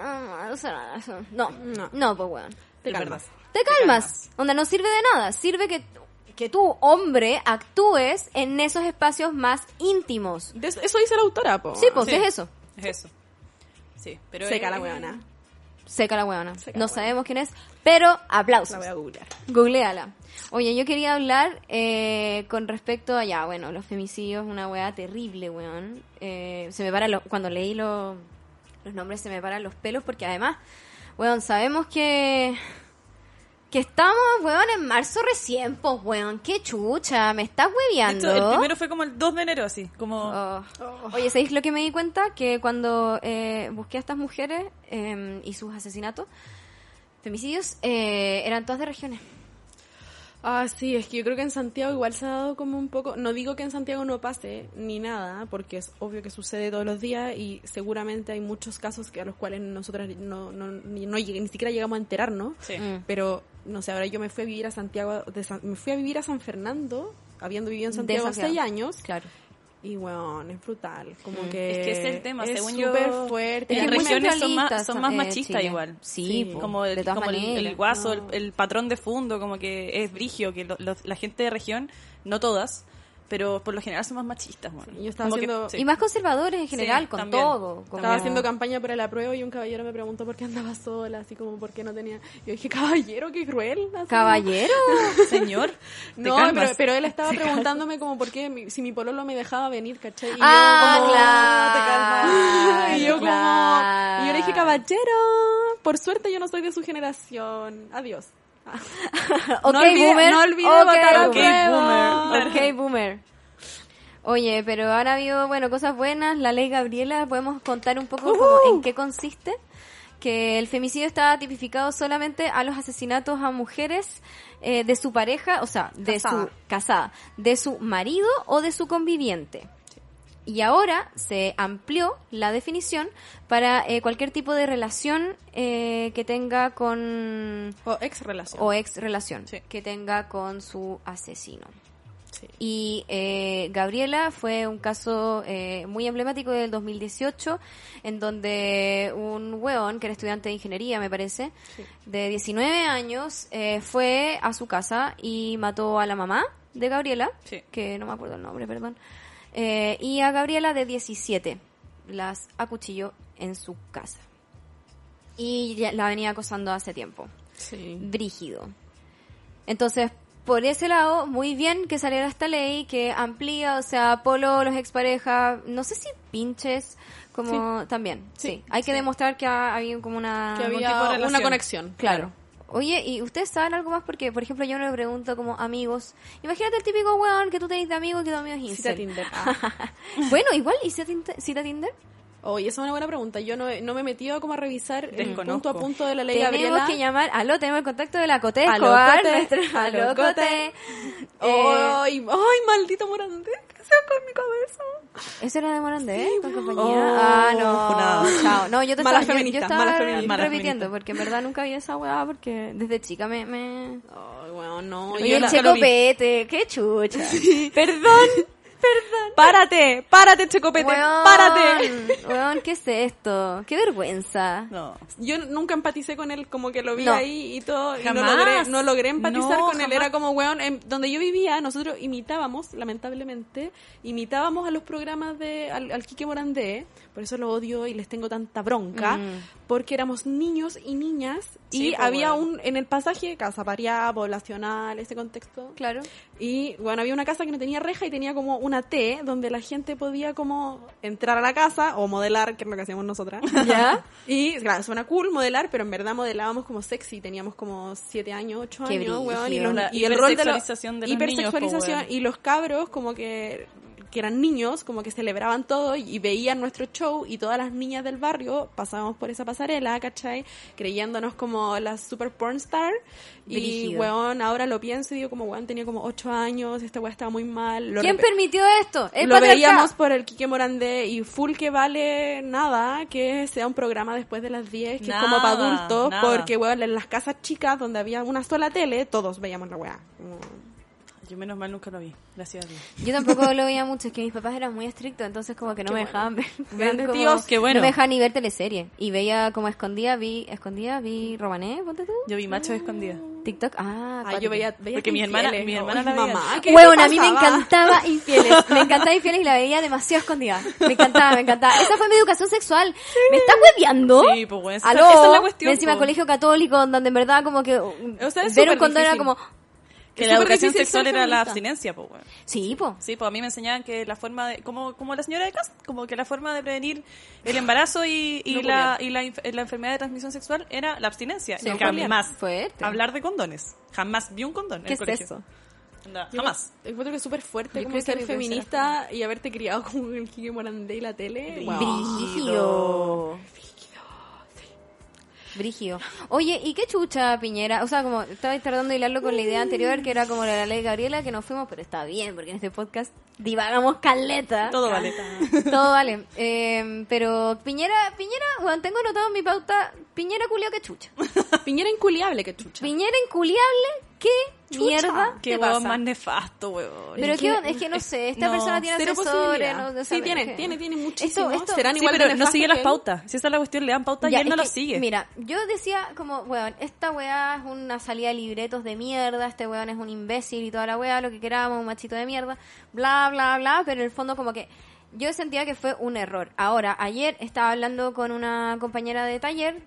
no, pues weón. Te Es calmas. verdad. Te calmas, onda, no sirve de nada, sirve que tú, hombre, actúes en esos espacios más íntimos. Eso dice la autora, po. Sí, pues, Sí. es eso. Es eso. Sí, pero Seca es- la weona. Seca la weona. Seca No la weona. sabemos quién es, pero aplausos. La voy a googlear. Googleala. Oye, yo quería hablar con respecto a, ya, bueno, los femicidios, una weá terrible, weón. Se me para, cuando leí los nombres se me paran los pelos porque además, weón, sabemos que estamos, weón, en marzo recién, pues, weón, qué chucha, me estás De hueveando. hecho, el primero fue como el 2 de enero, así, como... Oh. Oye, ¿sabéis lo que me di cuenta? Que cuando busqué a estas mujeres y sus asesinatos, femicidios, eran todas de regiones. Ah, sí, es que yo creo que en Santiago igual se ha dado como un poco... No digo que en Santiago no pase ni nada, porque es obvio que sucede todos los días y seguramente hay muchos casos a los cuales nosotras ni siquiera llegamos a enterarnos. Sí. Pero, no sé, ahora yo me fui a vivir a Santiago, me fui a vivir a San Fernando, habiendo vivido en Santiago 6 años. Claro. Y, bueno, es brutal. Como que Es que ese es el tema, es según yo, súper fuerte. Es Las que es muy regiones son más centralista, machistas Chile. igual. Sí, po, como de todas como maneras. el guaso, No. el patrón de fondo, como que es brigio, que la gente de región, no todas, pero por lo general son más machistas. Bueno. Yo estaba Como que- haciendo- sí. Y más conservadores en general, Sí, con también. todo. como- Estaba haciendo campaña por el apruebo y un caballero me preguntó por qué andaba sola, así como por qué no tenía... Yo dije, caballero, qué cruel. así. Caballero. Señor, te No, calmas. pero él estaba preguntándome como por qué, si mi pololo me dejaba venir, ¿cachai? Y Ah, yo como, claro, te calmas. Y yo claro. y yo le dije, caballero, por suerte yo no soy de su generación. Adiós. Ok, No olvide- boomer. no olvide Ok, votar Ok, apruebo. boomer. Ok, boomer. Oye, pero han habido, bueno, cosas buenas. La ley Gabriela, ¿podemos contar un poco como en qué consiste? Que el femicidio está tipificado solamente a los asesinatos a mujeres de su pareja, o sea, de su casada, de su marido o de su conviviente. Y ahora se amplió la definición para cualquier tipo de relación que tenga con O ex relación. o ex relación Sí. que tenga con su asesino. Sí. Y Gabriela fue un caso muy emblemático del 2018, en donde un hueón, que era estudiante de ingeniería, me parece, de 19 años, fue a su casa y mató a la mamá de Gabriela, Sí. que no me acuerdo el nombre, perdón, y a Gabriela de 17. Las acuchilló en su casa. Y ya la venía acosando hace tiempo. Sí. Brígido. Entonces, por ese lado, muy bien que saliera esta ley que amplía, o sea, polo, los exparejas, no sé si pinches, como también, sí. Hay que demostrar que ha habido como una... Que algún había tipo de una relación. conexión. Claro. Oye, ¿y ustedes saben algo más? Porque, por ejemplo, yo me pregunto como amigos. Imagínate el típico weón que tú tenés de amigo y que tu amigo es Cita incel. Tinder. Bueno, igual, ¿y cita Tinder? Oye, esa es una buena pregunta. Yo no me he metido como a revisar el Desconozco. punto a punto de la ley Tenemos Gabriela. que llamar, tenemos el contacto de la Cote Aló, Escobar, Cote. nuestra- Aló, Aló, Cote. Cote. Ay, maldito Morandé, ¿qué se con mi cabeza? ¿Eso era de Morandé? ¿Con compañía? Oh, Ah, no, funado. chao. No, yo te Mala estaba, yo feminista, estaba mala feminista. Mala repitiendo, feminista. porque en verdad nunca vi esa weá, porque desde chica me... Ay, bueno, no. Oye, yo el la- Checo lo vi. Pete, qué chucha. Perdón. Párate, Checopete, párate. Weón, ¿qué es esto? Qué vergüenza. No. Yo nunca empaticé con él, como que lo vi No. ahí y todo, Jamás. y no logré empatizar No, con él. jamás. Era como, weón, donde yo vivía, nosotros lamentablemente, imitábamos a los programas al Quique Morandé, por eso lo odio y les tengo tanta bronca, porque éramos niños y niñas, Sí, y pues, había weón. en el pasaje, casa pareada, poblacional, ese contexto, Claro. y bueno, había una casa que no tenía reja y tenía como una T donde la gente podía como entrar a la casa o modelar, que es lo que hacíamos nosotras. ¿Ya? Y claro, suena cool modelar, pero en verdad modelábamos como sexy, teníamos como 7 años, 8 Qué años, weón, brígido. y, La y el rol de los hipersexualización de los niños, hipersexualización, po, weón. y los cabros como que eran niños, como que celebraban todo y veían nuestro show, y todas las niñas del barrio pasábamos por esa pasarela, ¿cachai? Creyéndonos como las super porn star. Y Brígido. weón, ahora lo pienso y digo como, weón, tenía como 8 años, esta weón estaba muy mal. ¿Quién permitió esto? El Lo patriarcado. veíamos por el Quique Morandé, y full que vale nada que sea un programa después de las 10, que es como para Nada, adultos, nada. porque weón, en las casas chicas donde había una sola tele, todos veíamos la weá. Como- Yo menos mal nunca lo vi. Gracias a Dios. Yo tampoco lo veía mucho, es que mis papás eran muy estrictos, entonces como que no me dejaban ver. Grandes como- tíos, qué bueno. No me dejaban ni ver teleserie. Y veía como escondida, vi Romané, ponte tú. Yo vi Machos Escondidas. TikTok, ah, Ah, yo veía Porque mi hermana la veía. mamá, ¿qué Bueno, te a mí me pasaba? encantaba Infieles. Me encantaba Infieles y la veía demasiado escondida. Me encantaba. Esa fue mi educación sexual. ¿Me estás hueveando? Sí, pues, bueno, esa ¿Aló? es la cuestión, Encima pues. colegio católico, donde en verdad como que sea, es ver un súper condón era difícil. como... Que Es la súper educación difícil sexual ser era la feminista. abstinencia, pues, bueno. Sí, po. Sí, pues a mí me enseñaban que la forma de, como la señora de Cast, como que la forma de prevenir el embarazo y la enfermedad de transmisión sexual era la abstinencia. Sí, Y jamás fuerte. hablar de condones. Jamás vi un condón en ¿Qué el es colegio. eso? No, Yo jamás. Encuentro que es súper fuerte Yo como creo que ser debe ser feminista y haberte criado con el Quique Morandé y la tele. Wow. Brígido. Brígido. Oye, ¿y qué chucha Piñera? O sea, como estaba tratando de hilarlo con la idea anterior, que era como la ley Gabriela, que nos fuimos, pero está bien, porque en este podcast divagamos caleta. Todo vale. Todo vale. Pero Piñera, bueno, tengo anotado en mi pauta, Piñera culiao que chucha. Piñera inculiable, que chucha. Piñera inculiable, ¿qué mierda Qué te huevón pasa? más nefasto, huevón. Pero Es qué que- onda, es que no sé, esta no, persona tiene cero asesores, posibilidad. no, Sí, tiene muchísimo. Serán Sí, igual de pero no nefastos sigue que las él. pautas. Si esa es la cuestión, le dan pautas y Ya, él no es lo que, sigue. Mira, yo decía como, weón, esta weá es una salida de libretos de mierda, este weón es un imbécil y toda la weá, lo que queramos, un machito de mierda, bla, bla, bla, pero en el fondo como que yo sentía que fue un error. Ahora, ayer estaba hablando con una compañera de taller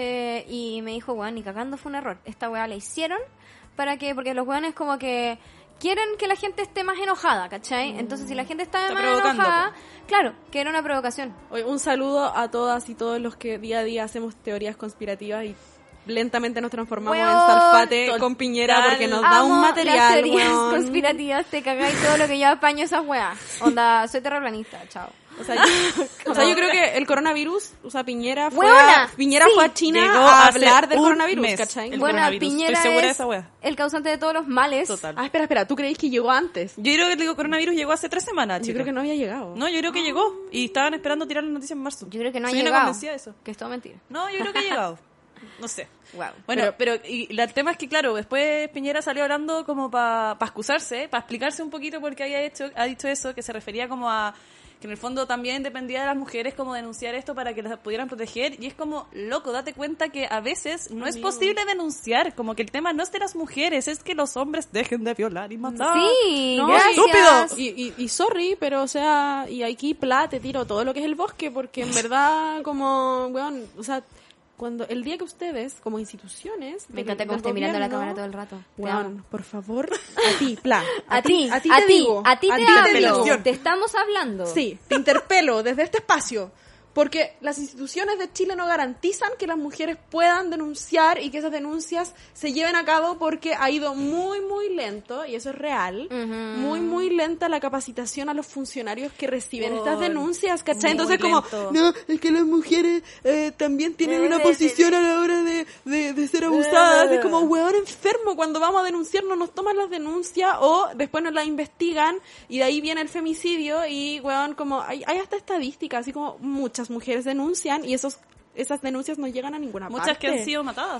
y me dijo, weón, ni cagando fue un error. Esta weá la hicieron para que, porque los weones como que quieren que la gente esté más enojada, ¿cachai? Entonces si la gente está Está más provocando, enojada, claro, que era una provocación. Oye, un saludo a todas y todos los que día a día hacemos teorías conspirativas y lentamente nos transformamos en Weón, Salfate total. con Piñera porque nos da Amo un las material, teorías weón. conspirativas, te cagáis todo lo que yo apaño esas weas. Onda, soy terraplanista, chao. O sea, yo creo que el coronavirus, o sea, Piñera fue Weona, Piñera sí. fue a China Llegó a hace hablar del un coronavirus, mes. ¿cachai? El Bueno, coronavirus, Piñera estoy segura de es esa wea. el causante de todos los males. Total. Ah, espera, ¿tú creéis que llegó antes? Yo creo que el coronavirus llegó hace 3 semanas, Yo chicos. creo que no había llegado. No, yo creo que llegó. Y estaban esperando tirar la noticia en marzo. Yo creo que no ha Soy una llegado. convencida de eso. Que es todo mentira. No, yo creo que ha llegado. No sé. Wow. Bueno, pero y el tema es que, claro, después Piñera salió hablando como para excusarse, para explicarse un poquito por qué ha dicho eso, que se refería como a que en el fondo también dependía de las mujeres como denunciar esto para que las pudieran proteger, y es como, loco, date cuenta que a veces no es posible denunciar, como que el tema no es de las mujeres, es que los hombres dejen de violar y matar. Sí, No, gracias. estúpido. Y sorry, pero o sea, y aquí te tiro todo lo que es el bosque, porque en verdad, como, weón, o sea, cuando el día que ustedes, como instituciones, Me encanta cómo estoy mirando la cámara todo el rato. Te amo. Weón, por favor, a ti, A ti te digo, a ti te digo. hablo. Te estamos hablando. Sí, te interpelo desde este espacio. Porque las instituciones de Chile no garantizan que las mujeres puedan denunciar y que esas denuncias se lleven a cabo, porque ha ido muy, muy lento, y eso es real, muy, muy lenta la capacitación a los funcionarios que reciben estas denuncias, ¿cachai? muy Entonces lento. no, es que las mujeres también tienen una posición a la hora de ser abusadas. Es como, huevón enfermo, cuando vamos a denunciar no nos toman las denuncias o después nos las investigan y de ahí viene el femicidio y, huevón, como hay hasta estadísticas, así como muchas mujeres denuncian y esas denuncias no llegan a ninguna parte. Muchas que han sido matadas.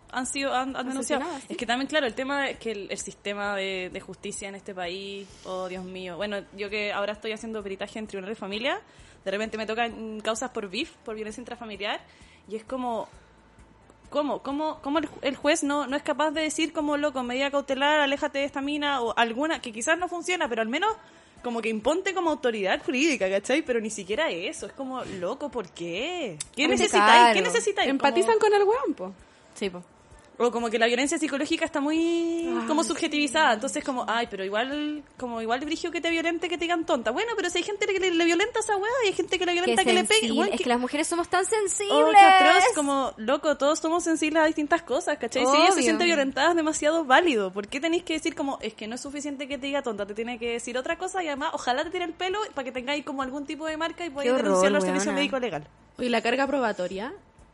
han denunciado. Asesinadas, sí. Es que también, claro, el tema es que el sistema de justicia en este país, oh Dios mío. Bueno, yo que ahora estoy haciendo peritaje en tribunal de familia, de repente me tocan causas por BIF, por violencia intrafamiliar, y es como... ¿Cómo el juez no es capaz de decir como loco, medida cautelar, aléjate de esta mina, o alguna que quizás no funciona, pero al menos como que imponte como autoridad jurídica, ¿cachai? Pero ni siquiera eso, es como loco, ¿por qué? ¿Qué necesitáis? ¿Qué necesitáis? Empatizan con el weón, po. Sí, po. O como que la violencia psicológica está muy como subjetivizada, entonces como, ay, pero igual brigio que te violente, que te digan tonta. Bueno, pero si hay gente que le violenta a esa weá y hay gente que le violenta que le pegue. Bueno, es que las mujeres somos tan sensibles. Oh, qué atroz, como, loco, todos somos sensibles a distintas cosas, ¿cachai? Si ella se siente violentada es demasiado válido. ¿Por qué tenéis que decir como, es que no es suficiente que te diga tonta, te tiene que decir otra cosa y además ojalá te tire el pelo para que tengáis como algún tipo de marca y podáis denunciarlo al servicio médico legal? Y la carga probatoria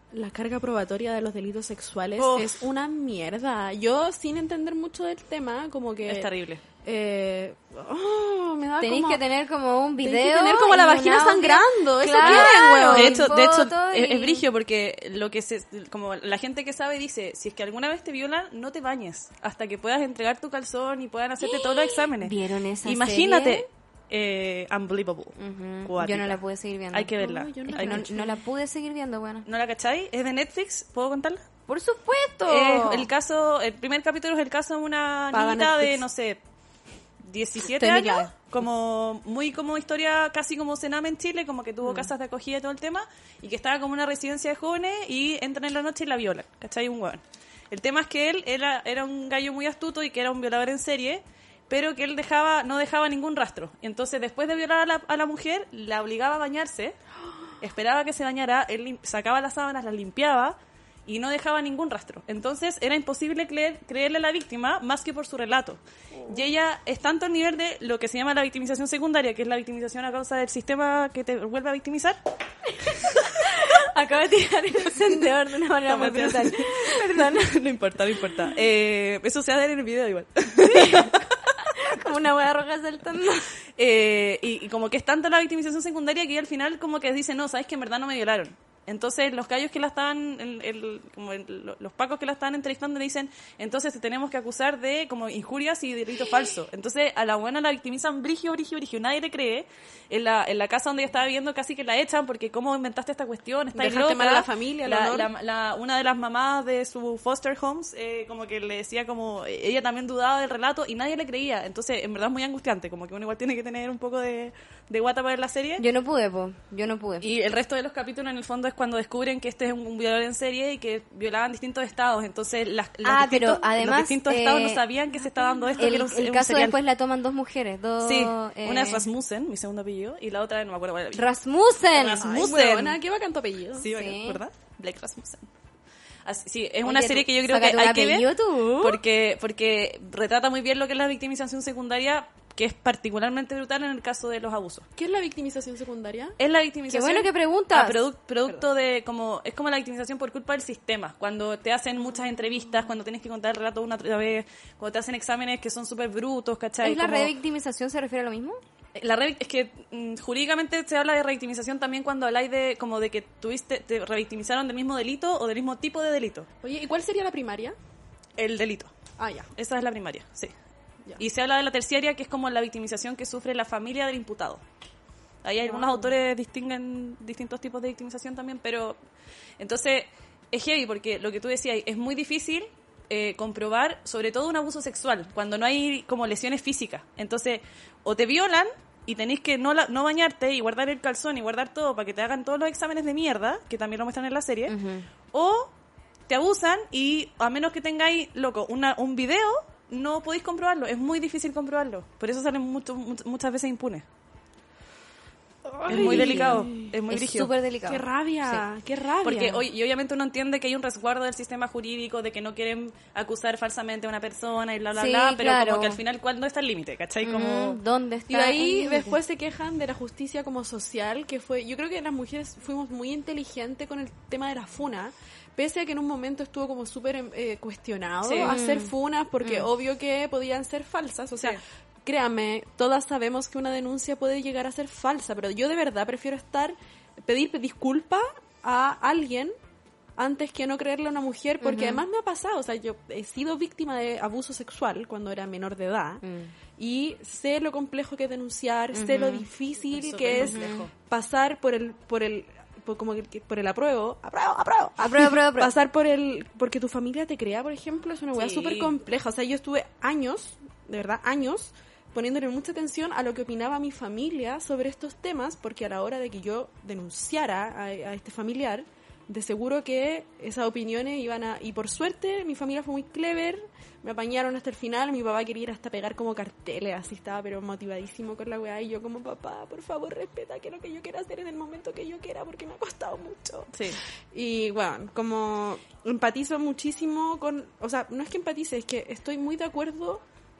de los delitos sexuales es una mierda. Yo, sin entender mucho del tema, como que... Es terrible. Me da Tenéis como... que tener como un video. Tenéis que tener como la vagina sangrando. Eso Claro. quieren, weón. De hecho Todo es brigio porque como la gente que sabe dice, si es que alguna vez te violan, no te bañes hasta que puedas entregar tu calzón y puedan hacerte todos los exámenes. ¿Vieron esa Imagínate. Unbelievable. Yo no la pude seguir viendo. Hay que verla. No la pude seguir viendo, bueno. ¿No la cacháis? ¿Es de Netflix? ¿Puedo contarla? Por supuesto. El primer capítulo es el caso de una Paga niñita de, Netflix. no sé, 17 Estoy años, mirada. como muy como historia casi como Sename en Chile, como que tuvo casas de acogida y todo el tema, y que estaba como una residencia de jóvenes y entran en la noche y la violan, ¿cachai? Un hueón. El tema es que él era un gallo muy astuto y que era un violador en serie, pero que él no dejaba ningún rastro. Y entonces, después de violar a la mujer, la obligaba a bañarse, esperaba que se bañara, él sacaba las sábanas, las limpiaba y no dejaba ningún rastro. Entonces, era imposible creerle a la víctima más que por su relato. Y ella es tanto el nivel de lo que se llama la victimización secundaria, que es la victimización a causa del sistema que te vuelve a victimizar. Acabo de tirar el encendedor de una manera muy brutal. Perdón. No importa. Eso se va a ver en el video igual. Como una hueá roja saltando. Y como que es tanta la victimización secundaria que ella al final como que dice, no, sabes que en verdad no me violaron. Entonces los gallos que la estaban, los pacos que la estaban entrevistando le dicen, entonces te tenemos que acusar de como injurias y delito falso. Entonces a la buena la victimizan brigio, nadie le cree. En la casa donde ella estaba viviendo casi que la echan porque cómo inventaste esta cuestión, está Dejaste loca. mal a la familia, Una de las mamás de su foster homes como que le decía como, ella también dudaba del relato y nadie le creía. Entonces en verdad es muy angustiante, como que uno igual tiene que tener un poco de guata para ver la serie. Yo no pude. Y el resto de los capítulos en el fondo es cuando descubren que este es un violador en serie y que violaban distintos estados. Entonces pero además, los distintos estados no sabían que se estaba dando esto. El caso serial. después la toman dos mujeres. Sí, una es Rasmussen, mi segundo apellido, y la otra no me acuerdo cuál era. Rasmussen. Ay, huevona, qué bacán tu apellido. Sí, Sí. ¿verdad? Blake Rasmussen. Sí, es una Oye, serie tú, que yo creo que sácate un hay que ver apellido tú. porque retrata muy bien lo que es la victimización secundaria, que es particularmente brutal en el caso de los abusos. ¿Qué es la victimización secundaria? Es la victimización. Qué bueno que preguntas. Producto de como es como la victimización por culpa del sistema. Cuando te hacen muchas entrevistas, cuando tienes que contar el relato una otra vez, cuando te hacen exámenes que son súper brutos, ¿cachai? ¿Es la Como- revictimización se refiere a lo mismo? es que jurídicamente se habla de revictimización también cuando habláis de como de que te revictimizaron del mismo delito o del mismo tipo de delito. Oye, ¿y cuál sería la primaria? El delito. Ah, ya. Esa es la primaria, sí. Ya. Y se habla de la terciaria, que es como la victimización que sufre la familia del imputado. Ahí algunos autores distinguen distintos tipos de victimización también, pero entonces es heavy porque lo que tú decías, es muy difícil comprobar sobre todo un abuso sexual cuando no hay como lesiones físicas. Entonces, o te violan y tenéis que no bañarte y guardar el calzón y guardar todo para que te hagan todos los exámenes de mierda, que también lo muestran en la serie, o te abusan y a menos que tengáis, loco, un video, no podéis comprobarlo. Es muy difícil comprobarlo. Por eso salen muchas veces impunes. Es muy delicado, es muy Es rígido. súper delicado. Qué rabia, qué rabia. Porque y obviamente uno entiende que hay un resguardo del sistema jurídico de que no quieren acusar falsamente a una persona y bla, bla, Sí, bla, pero claro. como que al final, ¿cuándo está el límite? ¿Cachai? Como... ¿Dónde está? Y de ahí el límite? después se quejan de la justicia como social, que fue, yo creo que las mujeres fuimos muy inteligentes con el tema de la funa, pese a que en un momento estuvo como súper cuestionado Sí. hacer funas, porque obvio que podían ser falsas, o sea, Sí. créanme, todas sabemos que una denuncia puede llegar a ser falsa, pero yo de verdad prefiero pedir disculpas a alguien antes que no creerle a una mujer, porque además me ha pasado, o sea, yo he sido víctima de abuso sexual cuando era menor de edad y sé lo complejo que es denunciar, sé lo difícil que es pasar por el apruebo, pasar porque tu familia te crea, por ejemplo, es una weá súper compleja. O sea, yo estuve años, de verdad, poniéndole mucha atención a lo que opinaba mi familia sobre estos temas, porque a la hora de que yo denunciara a este familiar, de seguro que esas opiniones iban a... Y por suerte, mi familia fue muy clever, me apañaron hasta el final, mi papá quería ir hasta pegar como carteles, así estaba, pero motivadísimo con la weá, y yo como, papá, por favor, respeta que lo que yo quiera hacer en el momento que yo quiera, porque me ha costado mucho. Sí. Y bueno, como empatizo muchísimo con... O sea, no es que empatice, es que estoy muy de acuerdo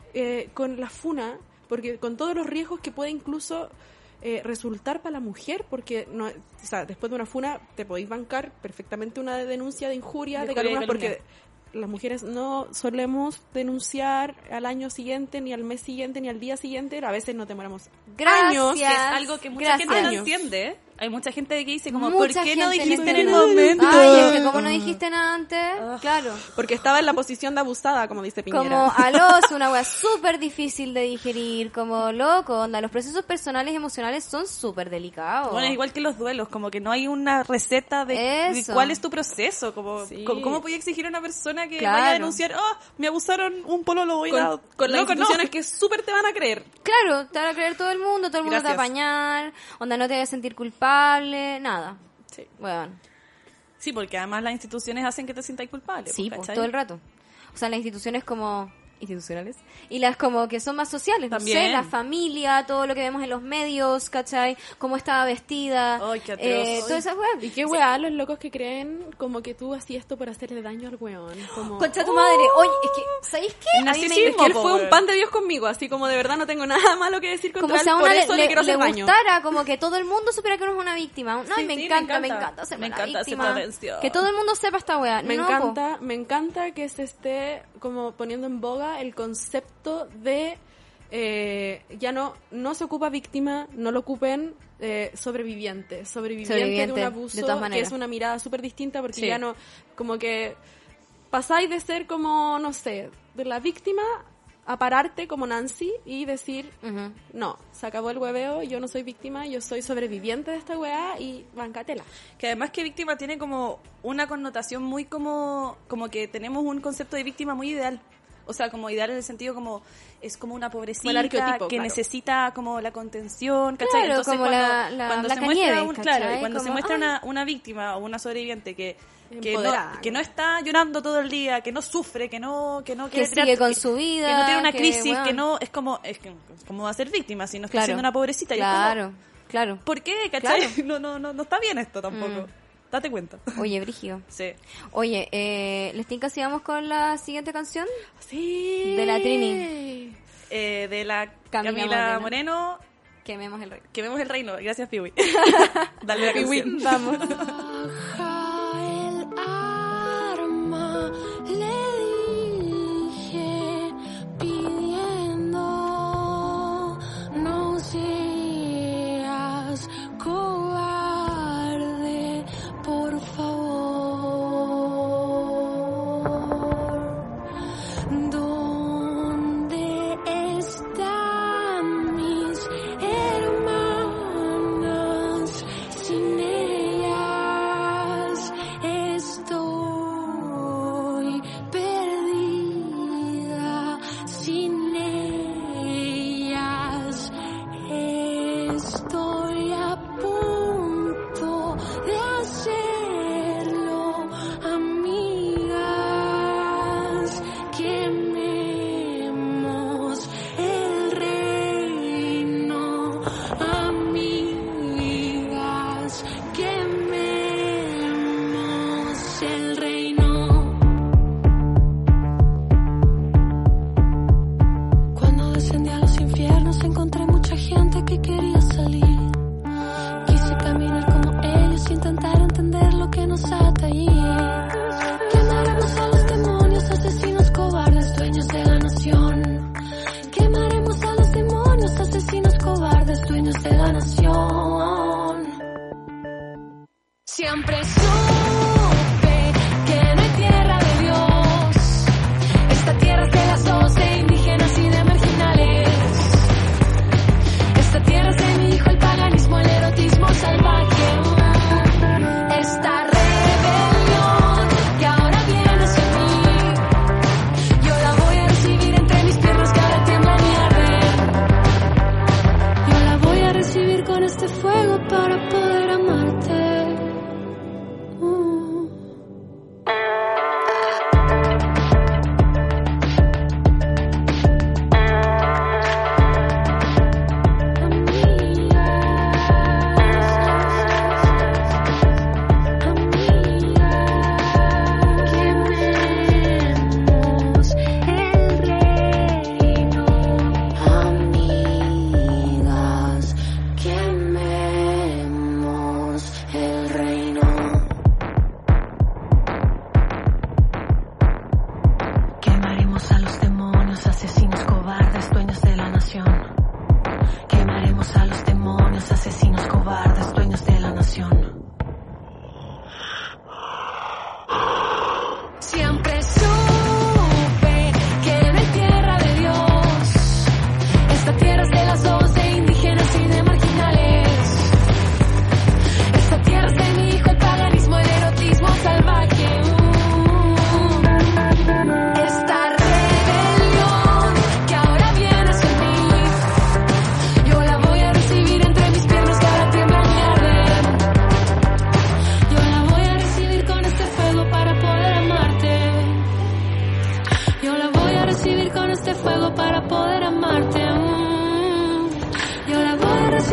con la funa, porque con todos los riesgos que puede incluso resultar para la mujer, porque no, o sea, después de una funa te podéis bancar perfectamente una denuncia de injuria, de calumnia, porque las mujeres no solemos denunciar al año siguiente, ni al mes siguiente, ni al día siguiente, a veces nos demoramos años. Que es algo que mucha gente no entiende. Hay mucha gente que dice como, ¿por qué no dijiste en el momento? Ay, es que como no dijiste nada antes, claro. Porque estaba en la posición de abusada, como dice Piñera. Como, aló, es una wea súper difícil de digerir, como loco, onda, los procesos personales y emocionales son súper delicados. Bueno, es igual que los duelos, como que no hay una receta de cuál es tu proceso, como, ¿cómo podía exigir a una persona que vaya a denunciar, me abusaron un pololo, voy a... Con las instituciones que súper te van a creer. Claro, te van a creer todo el mundo te va a apañar, onda, no te vas a sentir culpable, nada. Sí. Bueno. Sí, porque además las instituciones hacen que te sientas culpable. Sí, pues, todo el rato. O sea, las instituciones como institucionales y las como que son más sociales, también. No sé, la familia, todo lo que vemos en los medios, ¿cachai? Cómo estaba vestida, ay, qué atroz. todas esas weas. Y qué weá, los locos que creen como que tú hacías esto por hacerle daño al weón. Como, concha tu madre, oye, es que, ¿sabéis qué? A mí es que él fue un pan de Dios conmigo, así como de verdad no tengo nada malo que decir contra él, por eso le quiero hacer daño. Gustara, como que todo el mundo supiera que uno es una víctima. No, y me encanta ser una víctima. Que todo el mundo sepa esta weá. Me encanta que se esté como poniendo en boga el concepto de ya no se ocupa víctima, no lo ocupen sobreviviente de un abuso, que es una mirada súper distinta, porque ya no, como que pasáis de ser como, no sé, de la víctima a pararte como Nancy y decir, no, se acabó el hueveo, yo no soy víctima, yo soy sobreviviente de esta weá y bancatela. Que además que víctima tiene como una connotación muy como que tenemos un concepto de víctima muy ideal. O sea, como ideal en el sentido como es como una pobrecita que necesita como la contención, ¿cachai? Claro, entonces como cuando se muestra cuando como, se muestra una víctima o una sobreviviente que no está llorando todo el día, que no sufre, que sigue con su vida, que no tiene una crisis, que no es como va a ser víctima si no está siendo una pobrecita. Claro. ¿Por qué? ¿Cachai? Claro. No está bien esto tampoco. Date cuenta. Oye, brígido. Sí. Oye, ¿les tinca si vamos con la siguiente canción? Sí. De la Trini. De la Camila Moreno. Quememos el reino. Quememos el reino. Gracias, Piwi. Dale la canción. Vamos. El arma le dije pidiendo no seas cobarde, por favor. ¿Dónde están mis hermanas? Sin ellas estoy perdida. Sin ellas estoy a punto de hacerlo, amigas. Quememos el reino, amigas. Quememos el reino. Cuando descendí a los infiernos encontré mucha gente que quería salir. Quise caminar como ellos, intentar entender lo que nos ata allí. Quemaremos a los demonios, asesinos cobardes, dueños de la nación. Quemaremos a los demonios, asesinos cobardes, dueños de la nación. Siempre supe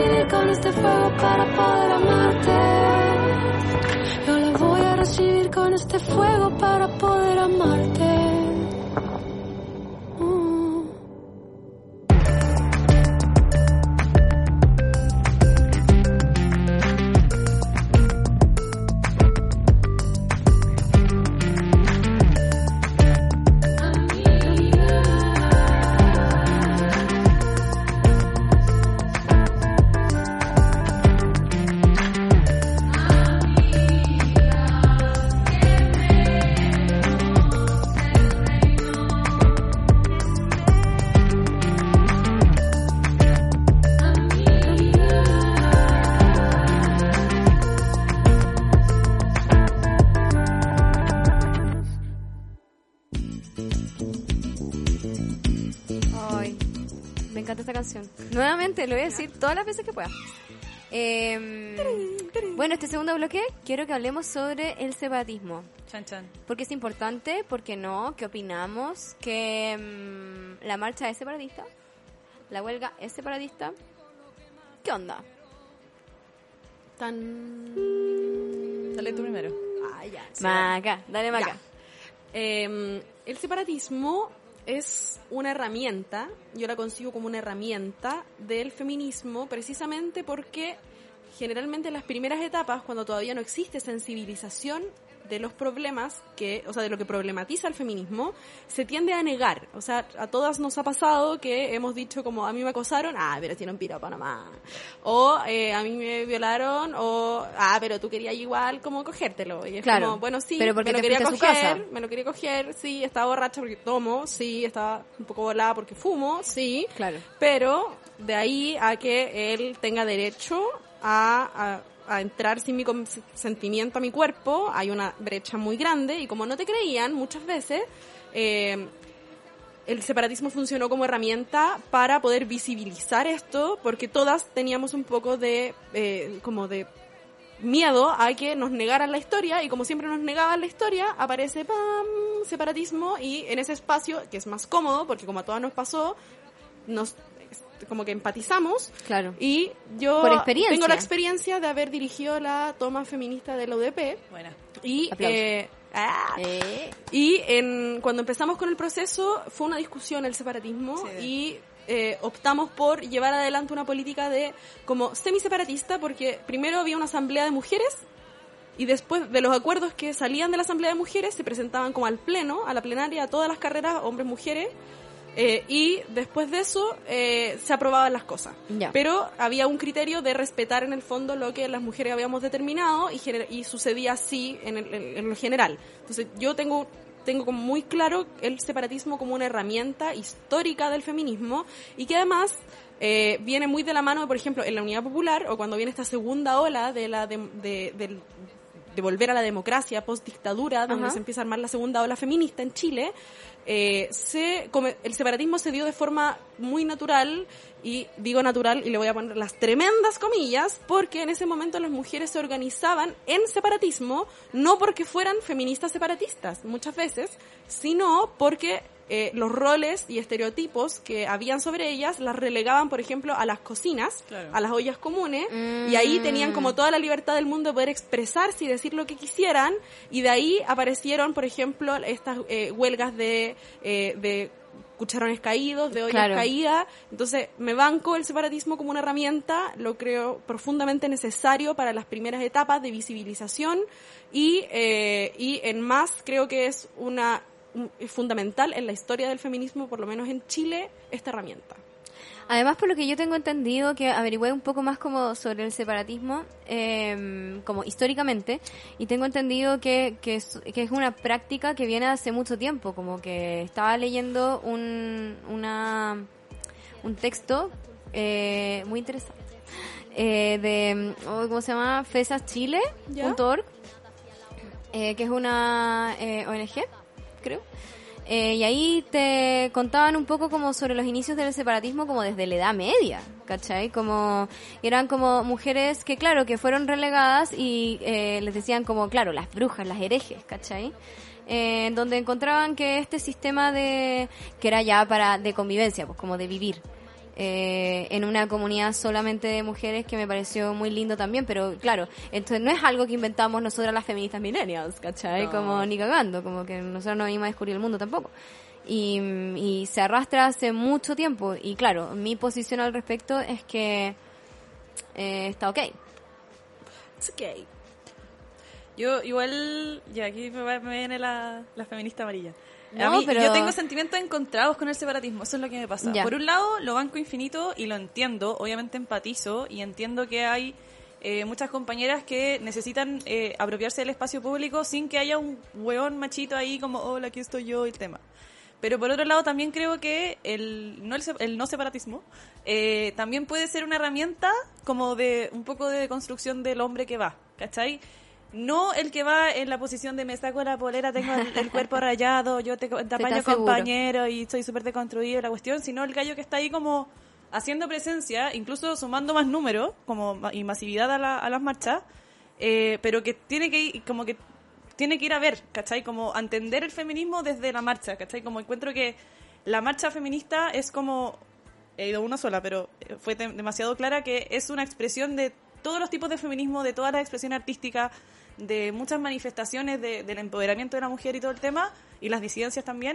recibir con este fuego para poder amarte. Yo la voy a recibir con este fuego para poder amarte. Ay, me encanta esta canción. Nuevamente, lo voy a decir todas las veces que pueda. Bueno, este segundo bloque quiero que hablemos sobre el separatismo. Chan, chan. Porque es importante, porque no, qué opinamos, que la marcha es separatista, la huelga es separatista. ¿Qué onda? Dale tú primero. Ah, ya. Sí, Maca, dale Maca. El separatismo es una herramienta, yo la consigo como una herramienta del feminismo, precisamente porque generalmente en las primeras etapas, cuando todavía no existe sensibilización de los problemas de lo que problematiza el feminismo, se tiende a negar. O sea, a todas nos ha pasado que hemos dicho como, a mí me acosaron, pero tiene un piropo nomás. O a mí me violaron, o pero tú querías igual como cogértelo. Y es Claro, como, bueno, sí, pero porque me lo te quería fuiste a su coger, casa. me lo quería coger, sí, estaba borracha porque tomo, sí, estaba un poco volada porque fumo, sí. Claro. Pero de ahí a que él tenga derecho a entrar sin mi consentimiento a mi cuerpo, hay una brecha muy grande, y como no te creían muchas veces, el separatismo funcionó como herramienta para poder visibilizar esto, porque todas teníamos un poco de como de miedo a que nos negaran la historia, y como siempre nos negaban la historia, aparece separatismo, y en ese espacio, que es más cómodo, porque como a todas nos pasó, nos como que empatizamos. Claro. Y yo Por experiencia. tengo la experiencia de haber dirigido la toma feminista de la UDP. Buena. Y Aplausos. cuando empezamos con el proceso fue una discusión el separatismo, Sí. y optamos por llevar adelante una política de como semiseparatista, porque primero había una asamblea de mujeres, y después de los acuerdos que salían de la asamblea de mujeres se presentaban como al pleno, a la plenaria, a todas las carreras, hombres, mujeres. Y después de eso se aprobaban las cosas. Ya. Pero había un criterio de respetar en el fondo lo que las mujeres habíamos determinado, y sucedía así en lo general. Entonces yo tengo como muy claro el separatismo como una herramienta histórica del feminismo, y que además viene muy de la mano, por ejemplo, en la Unidad Popular, o cuando viene esta segunda ola de volver a la democracia post-dictadura, donde Ajá. se empieza a armar la segunda ola feminista en Chile. El separatismo se dio de forma muy natural, y digo natural y le voy a poner las tremendas comillas, porque en ese momento las mujeres se organizaban en separatismo, no porque fueran feministas separatistas muchas veces, sino porque los roles y estereotipos que habían sobre ellas las relegaban, por ejemplo, a las cocinas, Claro. a las ollas comunes, y ahí tenían como toda la libertad del mundo de poder expresarse y decir lo que quisieran, y de ahí aparecieron, por ejemplo, estas huelgas de cucharones caídos, de ollas Claro. caídas. Entonces me banco el separatismo como una herramienta, lo creo profundamente necesario para las primeras etapas de visibilización, y en más creo que es es fundamental en la historia del feminismo, por lo menos en Chile, esta herramienta. Además, por lo que yo tengo entendido, que averigüé un poco más como sobre el separatismo, como históricamente, y tengo entendido que es una práctica que viene hace mucho tiempo, como que estaba leyendo un texto muy interesante ¿cómo se llama? FESASchile.org, que es una ONG, creo. Y ahí te contaban un poco como sobre los inicios del separatismo como desde la Edad Media, ¿cachai? Como eran como mujeres que, claro, que fueron relegadas, y les decían como, claro, las brujas, las herejes, ¿cachai? Donde encontraban que este sistema que era ya de convivencia, pues como de vivir, en una comunidad solamente de mujeres, que me pareció muy lindo también, pero claro, entonces no es algo que inventamos nosotras las feministas millennials, ¿cachai? No. Como ni cagando, como que nosotros no venimos a descubrir el mundo tampoco. Y se arrastra hace mucho tiempo, y claro, mi posición al respecto es que está ok. It's okay. Yo igual, ya aquí me viene la feminista amarilla. No, A mí, pero- yo tengo sentimientos encontrados con el separatismo, eso es lo que me pasa. Ya. Por un lado, lo banco infinito y lo entiendo, obviamente empatizo y entiendo que hay muchas compañeras que necesitan apropiarse del espacio público sin que haya un hueón machito ahí como, hola, aquí estoy yo, y el tema. Pero por otro lado también creo que el no separatismo también puede ser una herramienta como de un poco de construcción del hombre que va, ¿cachai? No el que va en la posición de me saco la polera, tengo el cuerpo rayado, yo te apaño seguro. compañero y estoy súper deconstruido la cuestión, sino el gallo que está ahí como haciendo presencia, incluso sumando más números como y masividad a las marchas, pero que tiene que ir, como que tiene que ir a ver, ¿cachai? Como a entender el feminismo desde la marcha, ¿cachai? Como encuentro que la marcha feminista es como, he ido una sola, pero fue demasiado clara que es una expresión de todos los tipos de feminismo, de todas las expresiones artísticas, de muchas manifestaciones del empoderamiento de la mujer y todo el tema, y las disidencias también,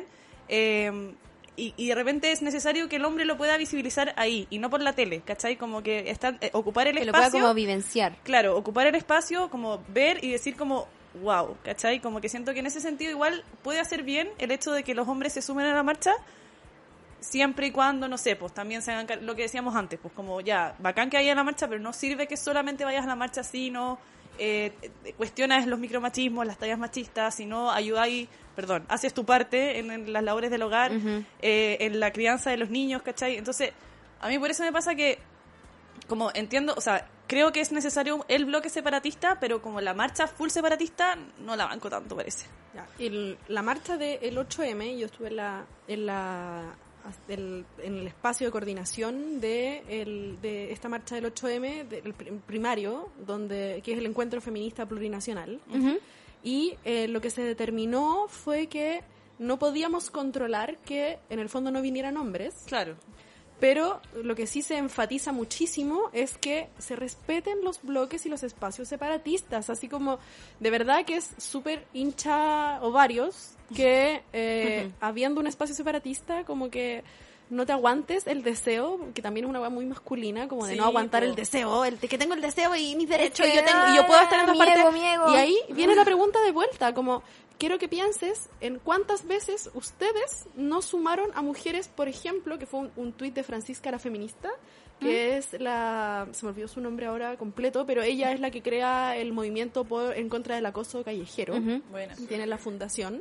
y de repente es necesario que el hombre lo pueda visibilizar ahí, y no por la tele, ¿cachai? Como que ocupar el Que lo pueda espacio, como vivenciar. claro, ocupar el espacio, como ver y decir como, wow, ¿cachai? Como que siento que en ese sentido igual puede hacer bien el hecho de que los hombres se sumen a la marcha, siempre y cuando, no sé, pues también se hagan lo que decíamos antes, pues como ya, bacán que vayas a la marcha, pero no sirve que solamente vayas a la marcha así, no cuestionas los micromachismos, las tallas machistas, sino ayudáis, haces tu parte en las labores del hogar, en la crianza de los niños, ¿cachai? Entonces, a mí por eso me pasa que, como entiendo, o sea, creo que es necesario el bloque separatista, pero como la marcha full separatista, no la banco tanto, parece. Ya. La marcha del 8M, yo estuve en el espacio de coordinación de esta marcha del 8M, del primario, que es el encuentro feminista plurinacional. Y lo que se determinó fue que no podíamos controlar que en el fondo no vinieran hombres. Claro. Pero lo que sí se enfatiza muchísimo es que se respeten los bloques y los espacios separatistas, así como de verdad que es súper hincha ovarios que habiendo un espacio separatista como que no te aguantes el deseo, que también es una cosa muy masculina, como de Sí, no aguantar po. el deseo, el de que tengo el deseo y mis derechos, que, y yo puedo estar en todas partes. miego. Y ahí viene la pregunta de vuelta, como quiero que pienses en cuántas veces ustedes no sumaron a mujeres, por ejemplo, que fue un tuit de Francisca la feminista, que es se me olvidó su nombre ahora completo, pero ella es la que crea el movimiento en contra del acoso callejero. Bueno. Tiene la fundación.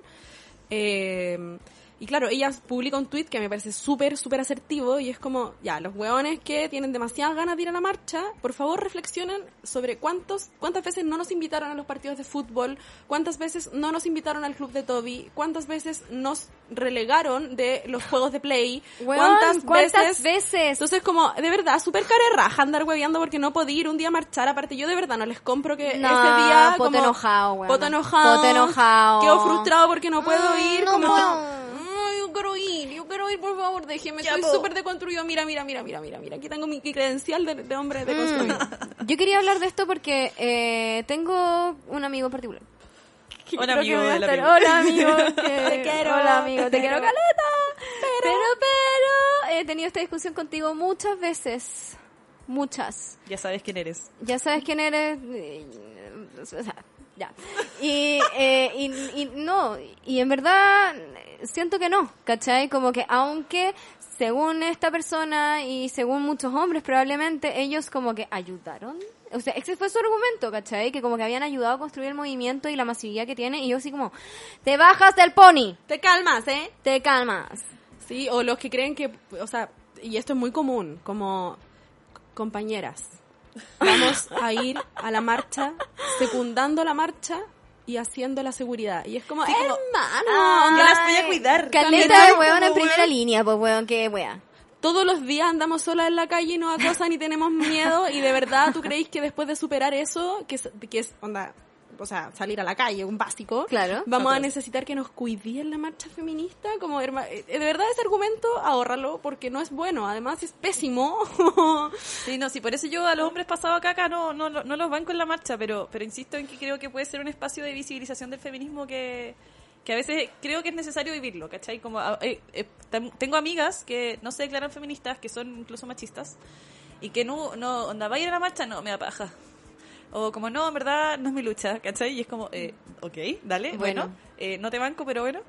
Y claro, ella publica un tuit que me parece súper, súper asertivo y es como, ya, los hueones que tienen demasiadas ganas de ir a la marcha, por favor reflexionen sobre cuántas veces no nos invitaron a los partidos de fútbol, cuántas veces no nos invitaron al club de Toby, cuántas veces nos relegaron de los juegos de Play, Weón, ¿cuántas veces? Entonces como, de verdad, súper cara de raja andar hueveando porque no podí ir un día a marchar, aparte yo de verdad no les compro que No, ese día poto como... enojado, weón. Poto enojado. Quedo frustrado porque no puedo ir, no como... puedo. Yo quiero ir, por favor, déjeme, estoy súper deconstruido, mira, aquí tengo mi credencial de hombre deconstruido. Yo quería hablar de esto porque tengo un amigo en particular. Hola, Creo que amigo me va a del estar- amigo. Hola, amigo. Te quiero. Hola, amigo. Te quiero, caleta. Pero he tenido esta discusión contigo muchas veces. Muchas. Ya sabes quién eres. Ya sabes quién eres. O sea, ya. Y no. Y en verdad siento que no. ¿Cachai? Como que aunque según esta persona y según muchos hombres probablemente ellos como que ayudaron. O sea, ese fue su argumento, ¿cachai? Que como que habían ayudado a construir el movimiento y la masividad que tiene. Y yo así como, te bajas del pony. Te calmas, ¿eh? Te calmas. Sí, o los que creen que, o sea, y esto es muy común, como compañeras, vamos a ir a la marcha, secundando la marcha y haciendo la seguridad. Y es como, hermano, yo las voy a cuidar. Caleta de Como, weón en weón. primera línea, pues weón, qué wea. todos los días andamos solas en la calle y nos acosan y tenemos miedo, y de verdad tú creéis que después de superar eso, que es onda, o sea, salir a la calle, un básico, Claro. vamos a Total. necesitar que nos cuiden la marcha feminista, como de verdad ese argumento, ahórralo, porque no es bueno, además es pésimo. Sí, no, sí, por eso yo a los hombres pasados caca no los banco en la marcha, pero insisto en que creo que puede ser un espacio de visibilización del feminismo que a veces creo que es necesario vivirlo, ¿cachai? Como tengo amigas que no se declaran feministas, que son incluso machistas, y que no onda, ¿va a ir a la marcha? No, me da paja. O como, no, en verdad no es mi lucha, ¿cachai? Y es como, ok, dale, bueno, no te banco, pero bueno.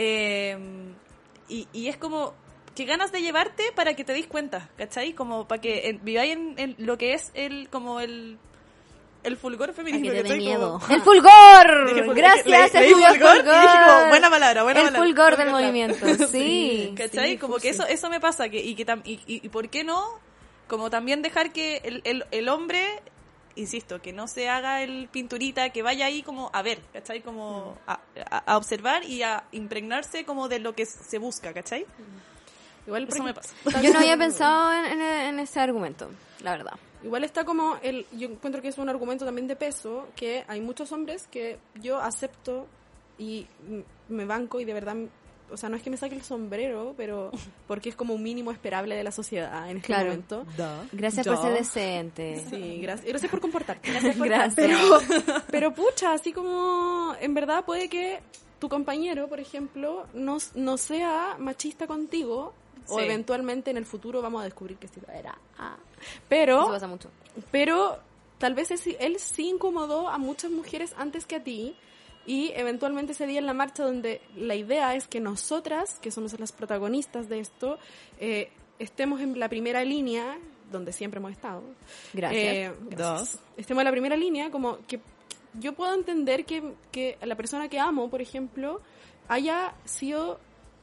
Y es como, que ganas de llevarte para que te des cuenta, ¿cachai? Como para que viváis en lo que es el fulgor feminismo. A que te dé ¿cachai? miedo. Como- ¡El fulgor! Dije fulgor, Gracias, leí estudió fulgor y dije como, buena el palabra. fulgor del movimiento, sí. ¿Cachai? Como que eso me pasa, y ¿por qué no? Como también dejar que el hombre, insisto, que no se haga el pinturita, que vaya ahí como a ver, ¿cachai? Como a observar y a impregnarse como de lo que se busca, ¿cachai? Igual, por Eso me ejemplo, pasa. Yo no había pensado en ese argumento, la verdad. igual está como yo encuentro que es un argumento también de peso, que hay muchos hombres que yo acepto y me banco y de verdad, o sea, no es que me saque el sombrero, pero porque es como un mínimo esperable de la sociedad en este Claro. momento. Gracias por ser decente. Sí, gracias por comportarte. Gracias. Pero pucha, así como en verdad puede que tu compañero, por ejemplo, no sea machista contigo, o Sí. eventualmente en el futuro vamos a descubrir que sí lo era. Eso Pero pasa mucho. tal vez él sí incomodó a muchas mujeres antes que a ti, y eventualmente ese día en la marcha donde la idea es que nosotras, que somos las protagonistas de esto, estemos en la primera línea, donde siempre hemos estado. Gracias. Gracias. Estemos en la primera línea, como que yo puedo entender que la persona que amo, por ejemplo, haya sido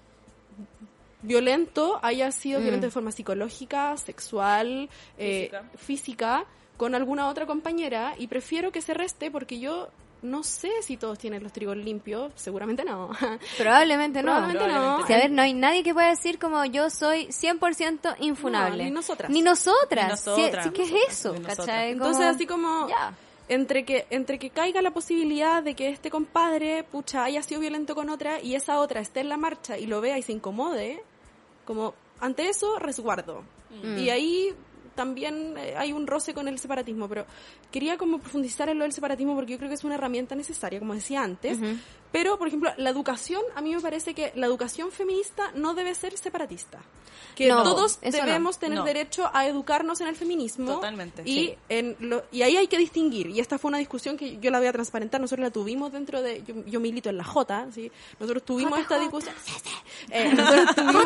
violento de forma psicológica, sexual, física, con alguna otra compañera, y prefiero que se reste porque yo no sé si todos tienen los trigos limpios, seguramente no. Probablemente no. Probablemente no. Sí, a ver, no hay nadie que pueda decir como yo soy 100% infunable. No, ni nosotras. Ni nosotras. Ni nosotras. Sí, ¿qué es eso? Ni nosotras. ¿Cachai? Entonces, así como Ya. entre que caiga la posibilidad de que este compadre, pucha, haya sido violento con otra y esa otra esté en la marcha y lo vea y se incomode, como ante eso resguardo. Y ahí también hay un roce con el separatismo, pero quería como profundizar en lo del separatismo porque yo creo que es una herramienta necesaria, como decía antes. Pero, por ejemplo, la educación, a mí me parece que la educación feminista no debe ser separatista. Que No, todos eso debemos tener No. derecho a educarnos en el feminismo. Totalmente, Y, sí. y ahí hay que distinguir. Y esta fue una discusión que yo la voy a transparentar. Nosotros la tuvimos dentro de... Yo milito en la J, ¿sí? Nosotros tuvimos esta discusión... nosotros tuvimos...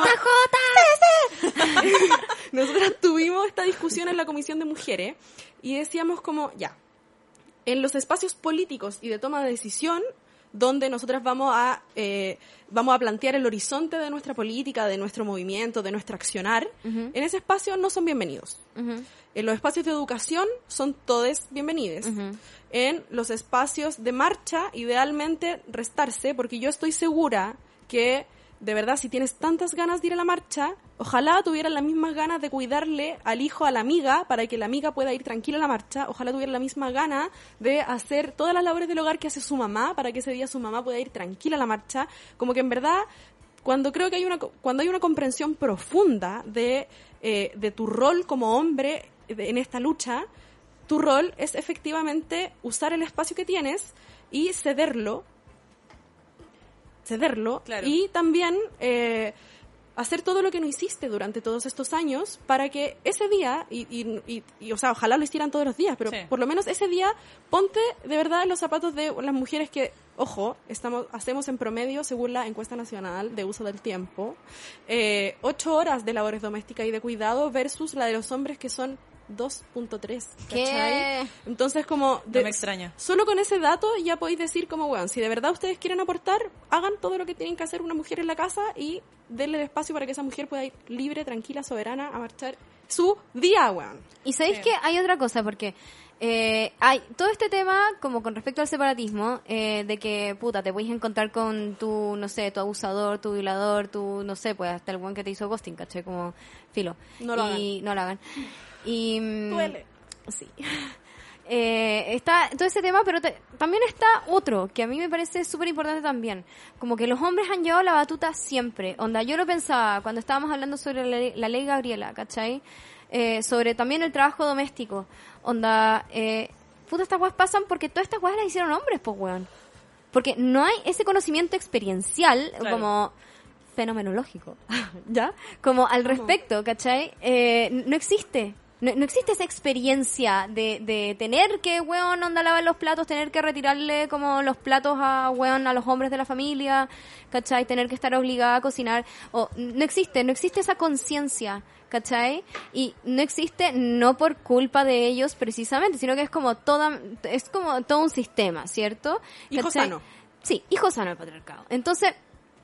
Nosotros tuvimos esta discusión en la Comisión de Mujeres y decíamos como, ya, en los espacios políticos y de toma de decisión, donde nosotras vamos a plantear el horizonte de nuestra política, de nuestro movimiento, de nuestro accionar, en ese espacio no son bienvenidos. En los espacios de educación son todes bienvenidos. En los espacios de marcha, idealmente restarse, porque yo estoy segura que, de verdad, si tienes tantas ganas de ir a la marcha, ojalá tuvieran las mismas ganas de cuidarle al hijo a la amiga para que la amiga pueda ir tranquila a la marcha. Ojalá tuvieran la misma gana de hacer todas las labores del hogar que hace su mamá para que ese día su mamá pueda ir tranquila a la marcha. Como que en verdad, cuando hay una comprensión profunda de tu rol como hombre en esta lucha, tu rol es efectivamente usar el espacio que tienes y cederlo, Claro. y también hacer todo lo que no hiciste durante todos estos años para que ese día, y o sea, ojalá lo hicieran todos los días, pero Sí. por lo menos ese día ponte de verdad en los zapatos de las mujeres que, ojo, hacemos en promedio, según la encuesta nacional de uso del tiempo, 8 horas de labores domésticas y de cuidado versus la de los hombres que son 2.3. ¿Qué? ¿Cachai? Entonces, como... No me extraña. Solo con ese dato ya podéis decir como, bueno, si de verdad ustedes quieren aportar, hagan todo lo que tienen que hacer una mujer en la casa y denle el espacio para que esa mujer pueda ir libre, tranquila, soberana a marchar su día, weón. Y sabéis que hay otra cosa, porque hay todo este tema, como con respecto al separatismo, de que, puta, te puedes encontrar con tu, no sé, tu abusador, tu violador, tu, no sé, pues hasta el buen que te hizo ghosting, ¿cachai? Como, filo. No lo No lo hagan. Y, Duele. Sí. está todo ese tema, pero también está otro que a mí me parece súper importante también. Como que los hombres han llevado la batuta siempre. Onda, yo lo pensaba cuando estábamos hablando sobre la ley Gabriela, ¿cachai? Sobre también el trabajo doméstico. Onda, estas weas pasan porque todas estas weas las hicieron hombres, pues weón. Porque no hay ese conocimiento experiencial, claro, como fenomenológico, ¿ya? Como al respecto, ¿cachai? No existe. No existe esa experiencia de tener que, weón, onda, lavar los platos, tener que retirarle como los platos a, weón, a los hombres de la familia, ¿cachai? Tener que estar obligada a cocinar. No existe esa conciencia, ¿cachai? Y no existe no por culpa de ellos precisamente, sino que es como todo un sistema, ¿cierto? Hijo ¿cachai? sano. Sí, hijo sano del patriarcado. Entonces,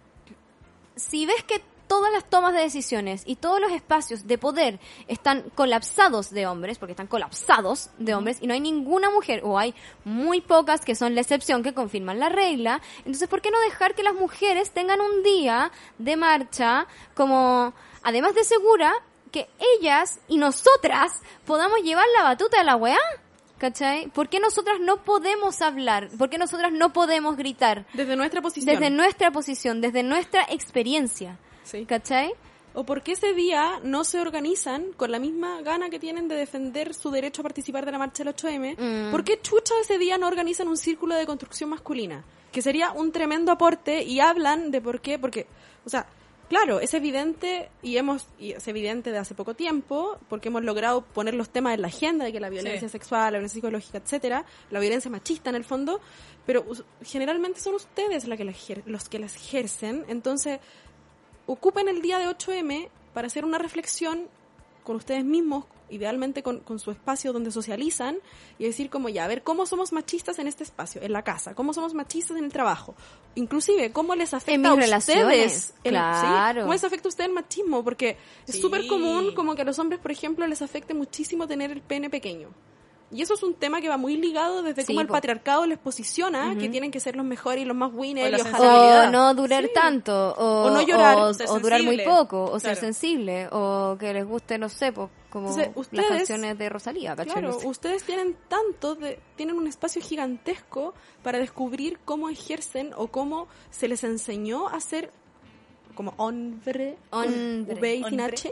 si ves que todas las tomas de decisiones y todos los espacios de poder están colapsados de hombres, porque están colapsados de hombres, y no hay ninguna mujer, o hay muy pocas que son la excepción que confirman la regla, entonces ¿por qué no dejar que las mujeres tengan un día de marcha como, además de segura, que ellas y nosotras podamos llevar la batuta de la weá? ¿Cachai? ¿Por qué nosotras no podemos hablar? ¿Por qué nosotras no podemos gritar? Desde nuestra posición. Desde nuestra posición, desde nuestra experiencia. Sí. ¿Cachai? ¿O por qué ese día no se organizan con la misma gana que tienen de defender su derecho a participar de la marcha del 8M? ¿Por qué chucha ese día no organizan un círculo de construcción masculina? Que sería un tremendo aporte, y hablan de por qué, porque, o sea, claro, es evidente, y es evidente de hace poco tiempo, porque hemos logrado poner los temas en la agenda de que la violencia sexual, la violencia psicológica, etcétera, la violencia machista en el fondo, pero generalmente son ustedes los que las ejercen. Entonces, ocupen el día de 8M para hacer una reflexión con ustedes mismos, idealmente con su espacio donde socializan, y decir como, ya, a ver, ¿cómo somos machistas en este espacio, en la casa? ¿Cómo somos machistas en el trabajo? Inclusive, ¿cómo les afecta a ustedes? Claro. ¿Sí? ¿Cómo les afecta a ustedes el machismo? Porque es súper común como que a los hombres, por ejemplo, les afecte muchísimo tener el pene pequeño. Y eso es un tema que va muy ligado desde cómo el patriarcado les posiciona, que tienen que ser los mejores y los más winners, o no durar tanto, o no llorar, o durar muy poco, o ser sensible, o que les guste, no sé, pues, como ustedes, las canciones de Rosalía, ¿cachai? Claro, ustedes tienen tienen un espacio gigantesco para descubrir cómo ejercen o cómo se les enseñó a ser como hombre, V y sin H,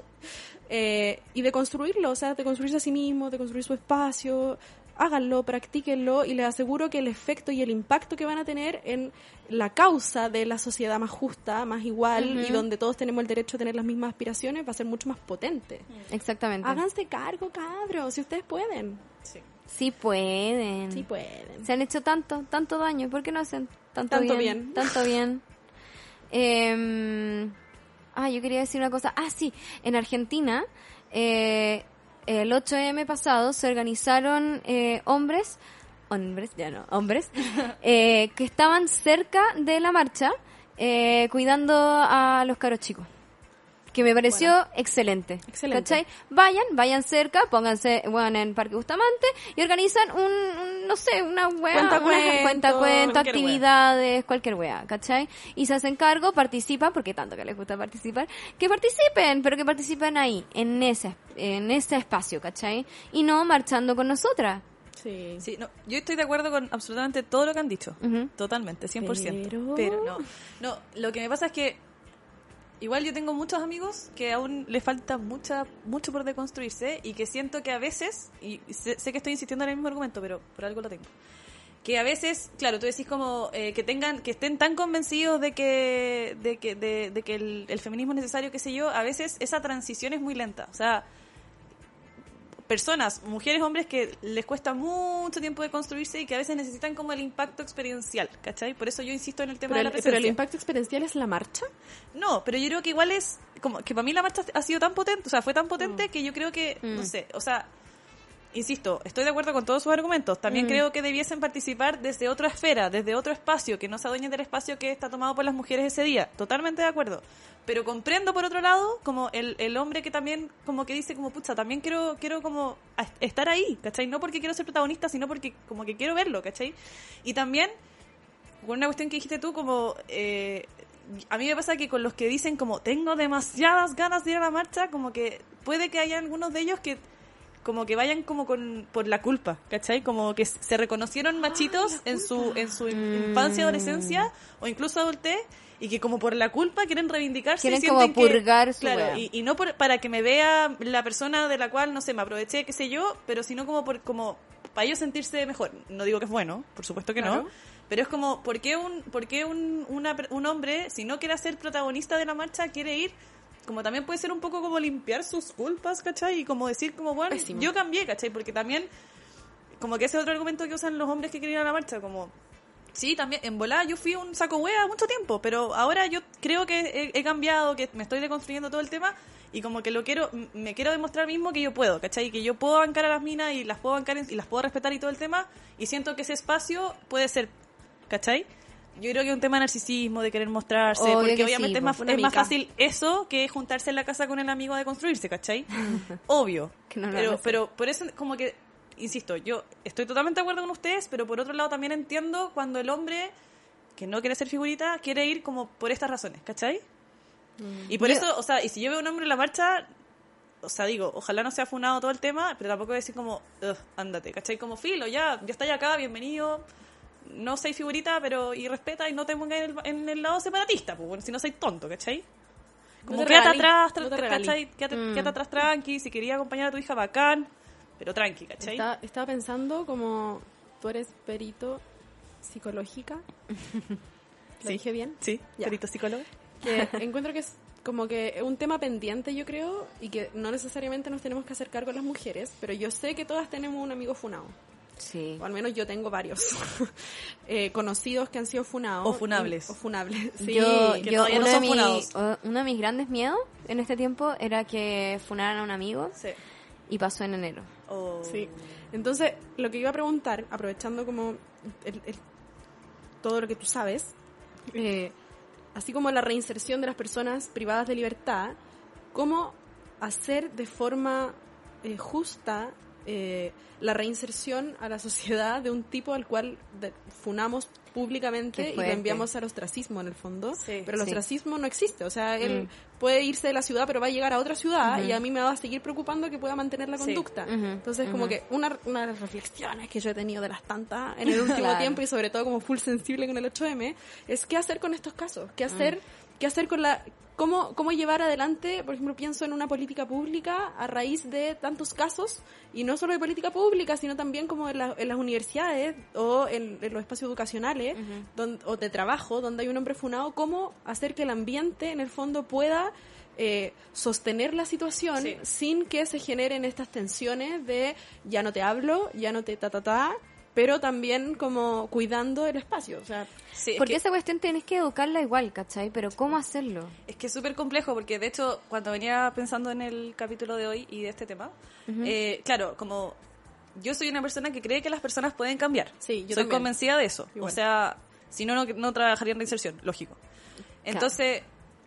y de construirlo, o sea, de construirse a sí mismo, de construir su espacio. Háganlo, practíquenlo, y les aseguro que el efecto y el impacto que van a tener en la causa de la sociedad más justa, más igual, y donde todos tenemos el derecho a tener las mismas aspiraciones, va a ser mucho más potente. Exactamente. Háganse cargo, cabros, si ustedes pueden. Sí pueden. Sí pueden. Se han hecho tanto daño, ¿por qué no hacen tanto bien? Tanto bien. Yo quería decir una cosa. Sí, en Argentina, el 8M pasado se organizaron hombres que estaban cerca de la marcha, cuidando a los caros chicos. Que me pareció excelente. ¿Cachai? Vayan cerca, pónganse en Parque Bustamante y organizan una cuenta, actividades, cualquier wea, ¿cachai? Y se hacen cargo, participan, porque tanto que les gusta participar, que participen, pero que participen ahí, en ese espacio, ¿cachai? Y no marchando con nosotras. Sí, no, yo estoy de acuerdo con absolutamente todo lo que han dicho. Totalmente, 100%. Pero no, lo que me pasa es que igual yo tengo muchos amigos que aún les falta mucho por deconstruirse, y que siento que a veces, y sé que estoy insistiendo en el mismo argumento, pero por algo lo tengo, que a veces, claro, tú decís como que estén tan convencidos de que el feminismo es necesario, qué sé yo, a veces esa transición es muy lenta. O sea, personas, mujeres, hombres, que les cuesta mucho tiempo de construirse y que a veces necesitan como el impacto experiencial, ¿cachai? Por eso yo insisto en el tema de la presencia. ¿Pero el impacto experiencial es la marcha? No, pero yo creo que igual es como que para mí la marcha ha sido tan potente, o sea, fue tan potente que yo creo que, no sé, o sea, insisto, estoy de acuerdo con todos sus argumentos. También creo que debiesen participar desde otra esfera, desde otro espacio, que no se adueñen del espacio que está tomado por las mujeres ese día. Totalmente de acuerdo. Pero comprendo, por otro lado, como el hombre que también como que dice como, pucha, también quiero como estar ahí, ¿cachai? No porque quiero ser protagonista, sino porque como que quiero verlo, ¿cachai? Y también, con una cuestión que dijiste tú, como a mí me pasa que con los que dicen como, tengo demasiadas ganas de ir a la marcha, como que puede que haya algunos de ellos que como que vayan como por la culpa, ¿cachai? Como que se reconocieron machitos en su infancia, adolescencia o incluso adultez, y que como por la culpa quieren reivindicarse, Quieren y como sienten purgar su claro, wea. y no para que me vea la persona de la cual, no sé, me aproveché, qué sé yo, pero sino como para ellos sentirse mejor. No digo que es bueno, por supuesto que Claro. no, pero es como, ¿por qué un hombre, si no quiere ser protagonista de la marcha, quiere ir? Como también puede ser un poco como limpiar sus culpas, ¿cachai? Y como decir como, bueno, Pésimo. yo cambié, ¿cachai? Porque también, como que ese es otro argumento que usan los hombres que quieren ir a la marcha, como, sí, también, en volada yo fui un saco hueá mucho tiempo, pero ahora yo creo que he cambiado, que me estoy deconstruyendo todo el tema, y como que me quiero demostrar mismo que yo puedo, ¿cachai? Que yo puedo bancar a las minas y las puedo bancar y las puedo respetar y todo el tema, y siento que ese espacio puede ser, ¿cachai? Yo creo que es un tema de narcisismo, de querer mostrarse, Obvio porque que obviamente sí, es más una mica. fácil eso que juntarse en la casa con el amigo a deconstruirse, ¿cachai? Obvio. Que no lo van a hacer. pero por eso como que, insisto, yo estoy totalmente de acuerdo con ustedes, pero por otro lado también entiendo cuando el hombre que no quiere ser figurita quiere ir como por estas razones, ¿cachai? Y por eso, o sea, y si yo veo un hombre en la marcha, o sea, digo, ojalá no sea funado todo el tema, pero tampoco voy a decir como, ándate, ¿cachai? Como filo, ya estáis acá, bienvenido. No soy figurita, pero y respeta y no te pongas en el lado separatista, pues, bueno, si no soy tonto, ¿cachai? Como No te quédate regalí, atrás, no te regalí. ¿cachai? Quédate atrás tranqui, si quería acompañar a tu hija, bacán, pero tranqui, ¿cachai? Estaba pensando como tú eres perito psicológica. ¿Lo dije bien? Sí, Ya. perito psicólogo. Que encuentro que es como que un tema pendiente, yo creo, y que no necesariamente nos tenemos que hacer cargo las mujeres, pero yo sé que todas tenemos un amigo funado. Sí. O al menos yo tengo varios conocidos que han sido funados. O funables. O funables, sí. que todavía no son funados. Uno de mis grandes miedos en este tiempo era que funaran a un amigo Sí. y pasó en enero. O- Sí. Entonces, lo que iba a preguntar, aprovechando como todo lo que tú sabes, así como la reinserción de las personas privadas de libertad, ¿cómo hacer de forma justa la reinserción a la sociedad de un tipo al cual funamos públicamente Qué y lo fuerte. enviamos al ostracismo en el fondo? Sí, pero el sí. ostracismo no existe, o sea, él puede irse de la ciudad pero va a llegar a otra ciudad y a mí me va a seguir preocupando que pueda mantener la Sí. conducta. Ujú, Entonces, como que una de las reflexiones que yo he tenido de las tantas en el último Claro. tiempo y sobre todo como full sensible con el 8M es qué hacer con estos casos, qué hacer con cómo llevar adelante, por ejemplo, pienso en una política pública a raíz de tantos casos, y no solo de política pública, sino también como en las universidades o en los espacios educacionales o de trabajo, donde hay un hombre funado, cómo hacer que el ambiente, en el fondo, pueda sostener la situación Sí. sin que se generen estas tensiones de ya no te hablo, ya no te pero también como cuidando el espacio, o sea, Sí, es Porque que- esa cuestión tenés que educarla igual, ¿cachai? Pero ¿cómo hacerlo? Es que es súper complejo porque, de hecho, cuando venía pensando en el capítulo de hoy y de este tema, claro, como yo soy una persona que cree que las personas pueden cambiar. Sí, yo soy también. convencida de eso. Igual. O sea, si no, no trabajaría en reinserción, lógico. Entonces,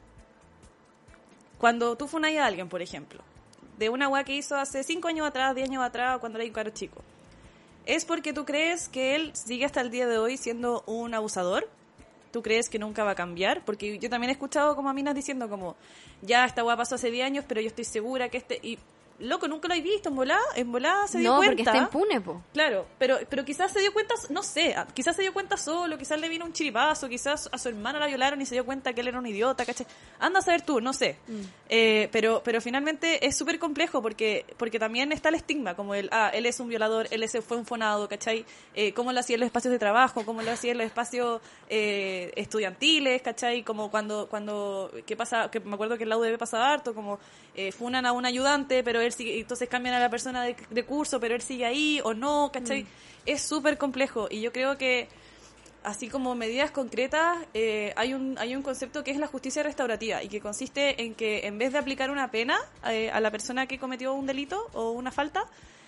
cuando tú funas a alguien, por ejemplo, de una weá que hizo hace 5 años atrás, 10 años atrás, cuando era un caro chico, ¿es porque tú crees que él sigue hasta el día de hoy siendo un abusador? ¿Tú crees que nunca va a cambiar? Porque yo también he escuchado como a minas diciendo como, ya, esta weá pasó hace 10 años, pero yo estoy segura que y loco, nunca lo he visto, en volada se dio No, cuenta. porque está impune, po. Claro, pero quizás se dio cuenta, no sé, quizás se dio cuenta solo, quizás le vino un chiripazo, quizás a su hermana la violaron y se dio cuenta que él era un idiota, ¿cachai? Anda a saber tú, no sé. Pero finalmente es súper complejo porque también está el estigma, como él es un violador, él fue un fonado, ¿cachai? Cómo lo hacía en los espacios de trabajo, cómo lo hacía en los espacios estudiantiles, ¿cachai? Como cuando que me acuerdo que en la UDB pasaba harto, como funan a un ayudante, pero él sigue, entonces cambian a la persona de curso, pero él sigue ahí o no, ¿cachai? Es súper complejo y yo creo que así como medidas concretas hay un concepto que es la justicia restaurativa y que consiste en que en vez de aplicar una pena a la persona que cometió un delito o una falta,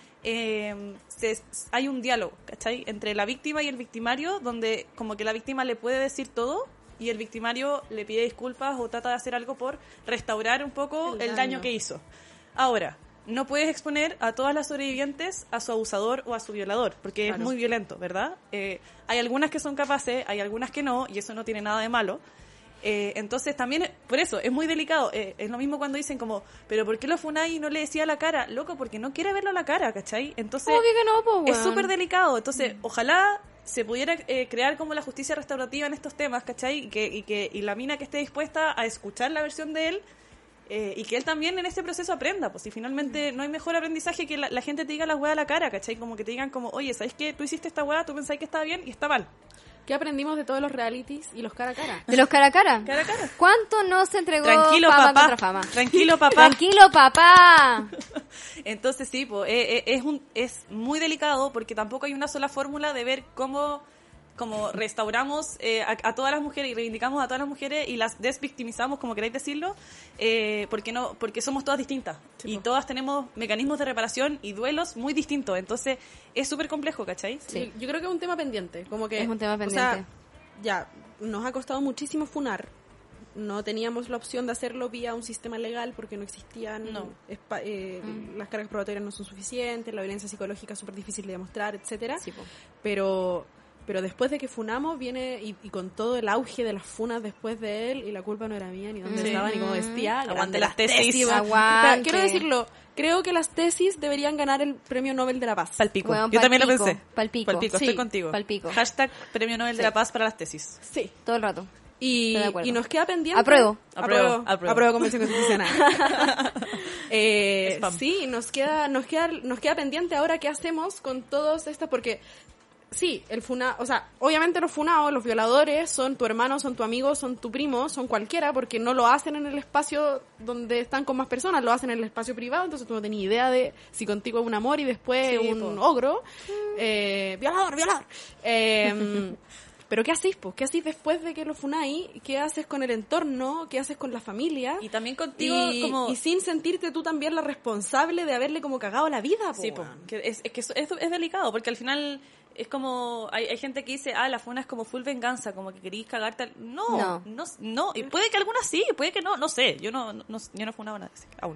hay un diálogo, ¿cachai? Entre la víctima y el victimario, donde como que la víctima le puede decir todo y el victimario le pide disculpas o trata de hacer algo por restaurar un poco el daño que hizo. Ahora, no puedes exponer a todas las sobrevivientes a su abusador o a su violador, porque es muy violento, ¿verdad? Hay algunas que son capaces, hay algunas que no, y eso no tiene nada de malo. Entonces también, por eso, es muy delicado. Es lo mismo cuando dicen como, pero ¿por qué lo funáis y no le decía a la cara? Loco, porque no quiere verlo a la cara, ¿cachai? Entonces, Obvio que no, po, es weón. súper delicado. Entonces, ojalá se pudiera crear como la justicia restaurativa en estos temas, ¿cachai? Y la mina que esté dispuesta a escuchar la versión de él, y que él también en este proceso aprenda, pues si finalmente no hay mejor aprendizaje que la gente te diga la weá a la cara, ¿cachai? Como que te digan como, oye, ¿sabes qué? Tú hiciste esta weá, tú pensás que está bien y está mal. ¿Qué aprendimos de todos los realities y los cara a cara? De los cara a cara. Cara a cara. ¿Cuánto no se entregó Tranquilo, Fama papá. contra Fama? Tranquilo, papá. Tranquilo, papá. Entonces sí, pues, es muy delicado porque tampoco hay una sola fórmula de ver cómo restauramos a todas las mujeres y reivindicamos a todas las mujeres y las desvictimizamos, como queráis decirlo, porque somos todas distintas y todas tenemos mecanismos de reparación y duelos muy distintos, entonces es súper complejo, ¿cachai? Sí. Yo creo que es un tema pendiente, como que Es un tema o pendiente. sea, ya nos ha costado muchísimo funar. No teníamos la opción de hacerlo vía un sistema legal porque no existían, las cargas probatorias no son suficientes, la violencia psicológica es súper difícil de demostrar, etcétera. Sí, po. Pero después de que funamos viene y con todo el auge de las funas después de él, y la culpa no era mía, ni dónde estaba, ni cómo vestía. Aguante grande las tesis. Aguante. Quiero decirlo, creo que las tesis deberían ganar el Premio Nobel de la Paz. Palpico. Weón, Yo también lo palpico, pensé. palpico. Palpico, Sí, estoy contigo. palpico. Hashtag Premio Nobel de la Paz para las tesis. Sí. Todo el rato. Y Estoy de acuerdo. nos queda pendiente. Apruebo. Apruebo Convención Constitucional. Spam. Sí, nos queda pendiente ahora qué hacemos con todos estos, porque sí, obviamente los funados, los violadores son tu hermano, son tu amigo, son tu primo, son cualquiera, porque no lo hacen en el espacio donde están con más personas, lo hacen en el espacio privado, entonces tú no tenías idea de si contigo es un amor y después Sí, un ogro. Violador. Pero ¿qué hacéis, pues? ¿Qué hacéis después de que lo funáis? ¿Qué haces con el entorno? ¿Qué haces con la familia? Y también contigo como... Y sin sentirte tú también la responsable de haberle como cagado la vida, po, Sí, po, weón. que es delicado, porque al final es como... Hay gente que dice, la funa es como full venganza, como que querís cagarte... No. Y puede que algunas sí, puede que no sé. Yo no he funado nada aún.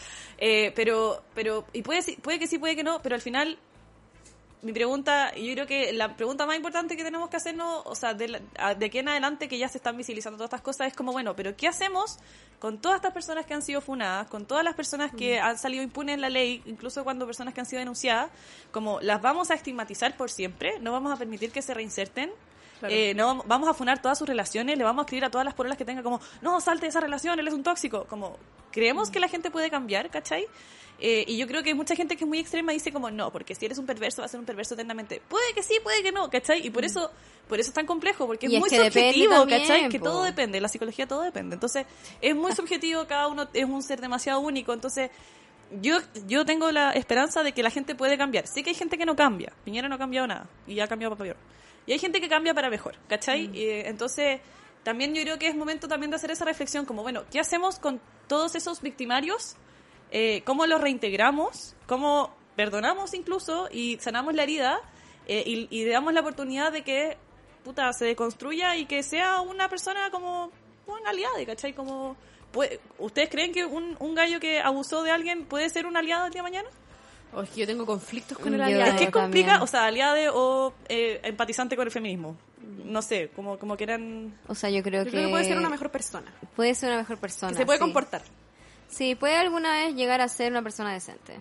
Pero y puede que sí, puede que no, pero al final... Mi pregunta, yo creo que la pregunta más importante que tenemos que hacernos, o sea, de aquí en adelante que ya se están visibilizando todas estas cosas, es como, bueno, pero ¿qué hacemos con todas estas personas que han sido funadas, con todas las personas que han salido impunes en la ley, incluso cuando personas que han sido denunciadas, como las vamos a estigmatizar por siempre, no vamos a permitir que se reinserten? Claro. No vamos a funar todas sus relaciones, le vamos a escribir a todas las pololas que tenga como, no, salte de esa relación, él es un tóxico, como, creemos que la gente puede cambiar, ¿cachai? Y yo creo que mucha gente que es muy extrema dice como, no, porque si eres un perverso vas a ser un perverso eternamente. Puede que sí, puede que no, ¿cachai? Y por eso es tan complejo, porque Y es muy que depende subjetivo, también, ¿cachai? Que po. todo depende, la psicología todo depende. Entonces, es muy subjetivo, cada uno es un ser demasiado único, entonces... Yo tengo la esperanza de que la gente puede cambiar. Sé que hay gente que no cambia. Piñera no ha cambiado nada. Y ha cambiado para peor. Y hay gente que cambia para mejor. ¿Cachai? Entonces, también yo creo que es momento también de hacer esa reflexión. Como, bueno, ¿qué hacemos con todos esos victimarios? ¿Cómo los reintegramos? ¿Cómo perdonamos incluso? Y sanamos la herida. Y le damos la oportunidad de que se deconstruya y que sea una persona como una aliada, ¿cachai? Como... ¿Ustedes creen que un gallo que abusó de alguien puede ser un aliado el día de mañana? Oh, es que yo tengo conflictos con el Yo aliado. Es que es también. complicado, o sea, aliade o empatizante con el feminismo. No sé, como quieran... O sea, yo creo Yo creo que puede ser una mejor persona. Puede ser una mejor persona. Que se puede sí. comportar. Sí, puede alguna vez llegar a ser una persona decente.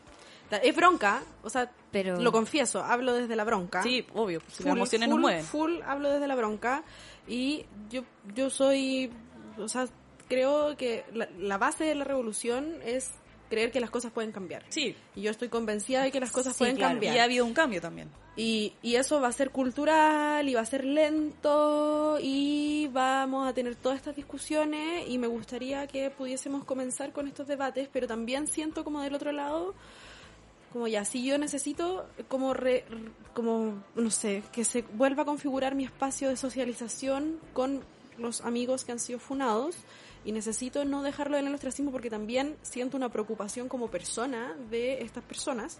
Es bronca, o sea, Pero- lo confieso, hablo desde la bronca. Sí, obvio, las Full, emociones nos full, mueven. Full hablo desde la bronca. Y yo soy, o sea, creo que la base de la revolución es creer que las cosas pueden cambiar. Sí, Y yo estoy convencida de que las cosas Sí, pueden claro. cambiar. y ha habido un cambio también. Y eso va a ser cultural y va a ser lento y vamos a tener todas estas discusiones y me gustaría que pudiésemos comenzar con estos debates, pero también siento como del otro lado, como ya, si yo necesito como, como no sé, que se vuelva a configurar mi espacio de socialización con los amigos que han sido funados y necesito no dejarlo en el ostracismo porque también siento una preocupación como persona de estas personas.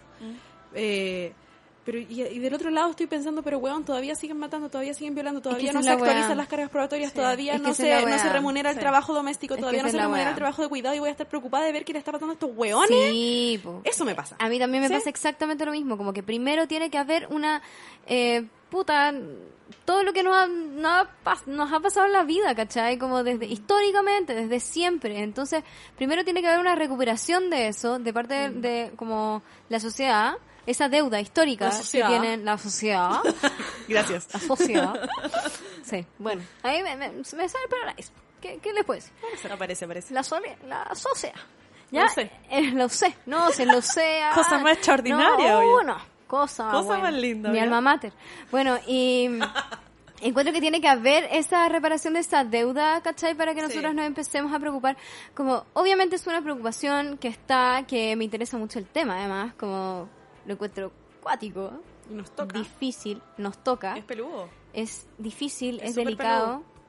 Pero y del otro lado estoy pensando, pero weón, todavía siguen matando, todavía siguen violando, todavía esa no es se la actualizan weá. las cargas probatorias, Sí. todavía Es que no esa es la se weá. remunera el Sí. trabajo doméstico, Es todavía que no esa se es la remunera weá. el trabajo de cuidado y voy a estar preocupada de ver qué le está pasando a estos weones. Sí, po. Eso me pasa. A mí también me ¿Sí? pasa exactamente lo mismo, como que primero tiene que haber una puta, todo lo que nos ha pasado en la vida, ¿cachai? Como desde históricamente, desde siempre. Entonces, primero tiene que haber una recuperación de eso, de parte de como la sociedad, esa deuda histórica que tienen la sociedad. Gracias. La sociedad. Sí, bueno, ahí me sale para la nariz. ¿Qué les puedo decir? Aparece. La sociedad. ¿Ya? Lo sé. Lo sé. No, se lo sé. Cosa más extraordinaria, No, oye. no. Cosa Cosa más linda, Mi ¿ya? alma mater. Bueno, y encuentro que tiene que haber esa reparación de esa deuda, ¿cachai? Para que nosotros nos empecemos a preocupar. Como, obviamente es una preocupación que me interesa mucho el tema, además, como lo encuentro cuático. Y nos toca. Difícil, nos toca. Es peludo. Es difícil, Es es súper delicado. peludo.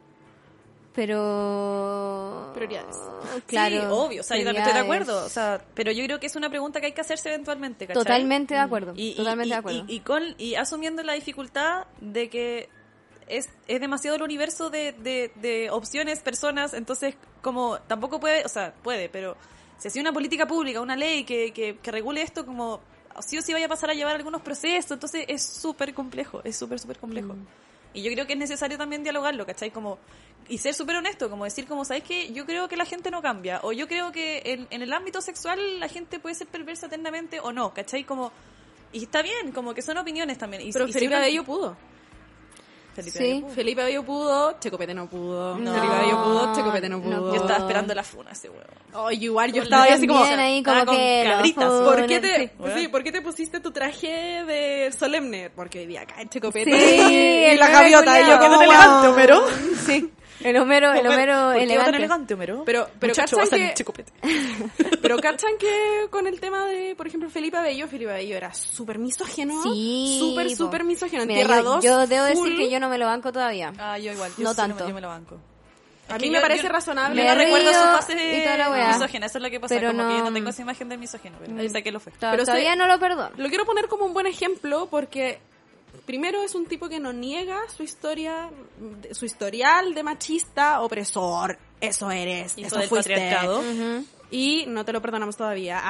Pero... Prioridades. Claro. Sí, obvio, o sea, yo también estoy de prioridades. acuerdo, o sea, pero yo creo que es una pregunta que hay que hacerse eventualmente, ¿cachai? Totalmente de acuerdo. Y Totalmente de acuerdo. y asumiendo la dificultad de que es demasiado el universo de opciones, personas, entonces como tampoco puede, o sea, puede, pero si hacía una política pública, una ley que regule esto, como sí o sí vaya a pasar a llevar algunos procesos, entonces es súper complejo, es súper complejo. Y yo creo que es necesario también dialogarlo, ¿cachai? Como, y ser súper honesto, como decir, como, ¿sabes qué? Yo creo que la gente no cambia, o yo creo que en el ámbito sexual la gente puede ser perversa eternamente o no, ¿cachai? Como, y está bien, como que son opiniones también. Y, Pero y Felipe siempre- Abello pudo. Felipe Sí. Abello pudo. Felipe Abello pudo, Checopete no pudo. No. Felipe Abello pudo, Checopete no pudo. Yo estaba esperando la funa, ese huevo. Oh, igual, yo estaba ahí así como... También ahí como con que los cabritas. ¿Por qué, funen, ¿Por qué te pusiste tu traje de solemne? Porque hoy día cae Checopete Sí, y el la meme gaviota. Y yo culiao. como, Qué wow. elegante, Homero. Sí, el Homero ¿Por qué va tan elegante. elegante, Homero? Pero Muchacho, ¿cachan vas a salir que- Checopete. Pero cachan que con el tema de, por ejemplo, Felipe Abello era súper misógeno. Sí, Súper po. misógeno. En Mira, Tierra 2, yo debo full. decir que yo no me lo banco todavía. Ah, yo igual. Yo No sí tanto. Yo me lo banco. A Es mí que me yo- parece yo- razonable. Yo Me no recuerdo río su fase y toda la weá. misógena, eso es lo que pasa, Pero como que no- no tengo esa imagen del misógeno, pero ahorita que lo fue. Pero Todavía no lo perdono. Lo quiero poner como un buen ejemplo porque primero es un tipo que no niega su historia, su historial de machista, opresor. Eso eres, Hijo eso del fuiste. patriarcado. Y no te lo perdonamos todavía.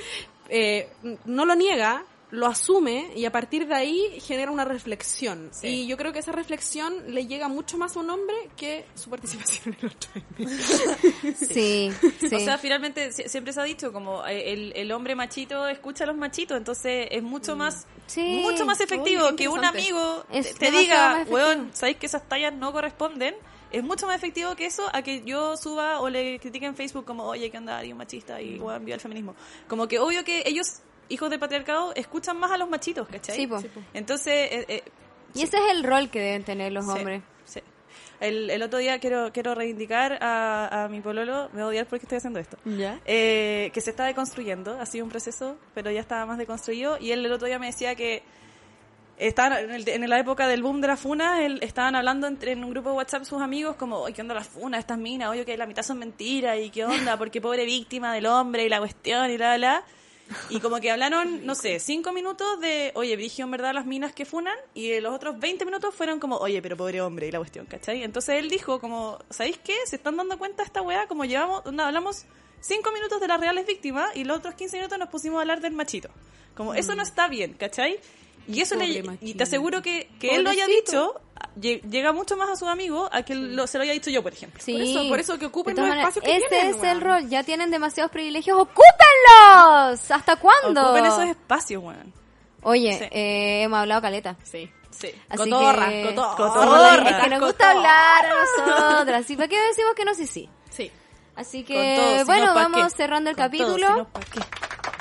No lo niega, lo asume y a partir de ahí genera una reflexión. Sí. Y yo creo que esa reflexión le llega mucho más a un hombre que su participación en el otro. Sí, sí. O sea, finalmente siempre se ha dicho como el hombre machito escucha a los machitos, entonces es mucho más Sí. mucho más efectivo Uy, qué que un interesante. amigo Es te demasiado diga, más efectivo. weón, ¿sabéis que esas tallas no corresponden? Es mucho más efectivo que eso a que yo suba o le critique en Facebook como, oye, que anda, un machista y weón, viva el feminismo. Como que obvio que ellos, hijos del patriarcado, escuchan más a los machitos, ¿cachai? Sí, po. Entonces, Y ese es el rol que deben tener los sí, hombres. sí. El otro día quiero reivindicar a mi pololo, me va a odiar porque estoy haciendo esto. ¿Ya? Que se está deconstruyendo, ha sido un proceso, pero ya estaba más deconstruido. Y él el otro día me decía que estaban en la época del boom de las funas, estaban hablando en un grupo de WhatsApp sus amigos como, oye, ¿qué onda las funas, estas minas? Oye, que la mitad son mentiras, y qué onda, porque pobre víctima del hombre, y la cuestión, y bla. Y como que hablaron, no sé, 5 minutos de, oye, brigio en verdad las minas que funan, y los otros 20 minutos fueron como, oye, pero pobre hombre, y la cuestión, ¿cachai? Entonces él dijo como, ¿sabéis qué? ¿Se están dando cuenta de esta weá? Como hablamos 5 minutos de las reales víctimas, y los otros 15 minutos nos pusimos a hablar del machito. Como, eso no está bien, ¿cachai? Y eso Pobre y machito. te aseguro que él lo haya Pobrecito. dicho, llega mucho más a sus amigos a que se lo haya dicho yo, por ejemplo. Sí. Por eso que ocupen De los todas maneras, espacios que ese tienen, es weón. el rol. Ya tienen demasiados privilegios. ¡Ocúpenlos! ¿Hasta cuándo? Ocupen esos espacios, weón. Oye, Sí. hemos hablado caleta. Sí. Sí. Así Cotorra, que- cotorra. Es que nos gusta hablar a nosotras. ¿Y para qué decimos que no? Sí, sí. Sí. Así Con todo, que, si bueno, no, ¿pa' vamos qué? cerrando el Con todo, capítulo. si no, ¿pa' qué?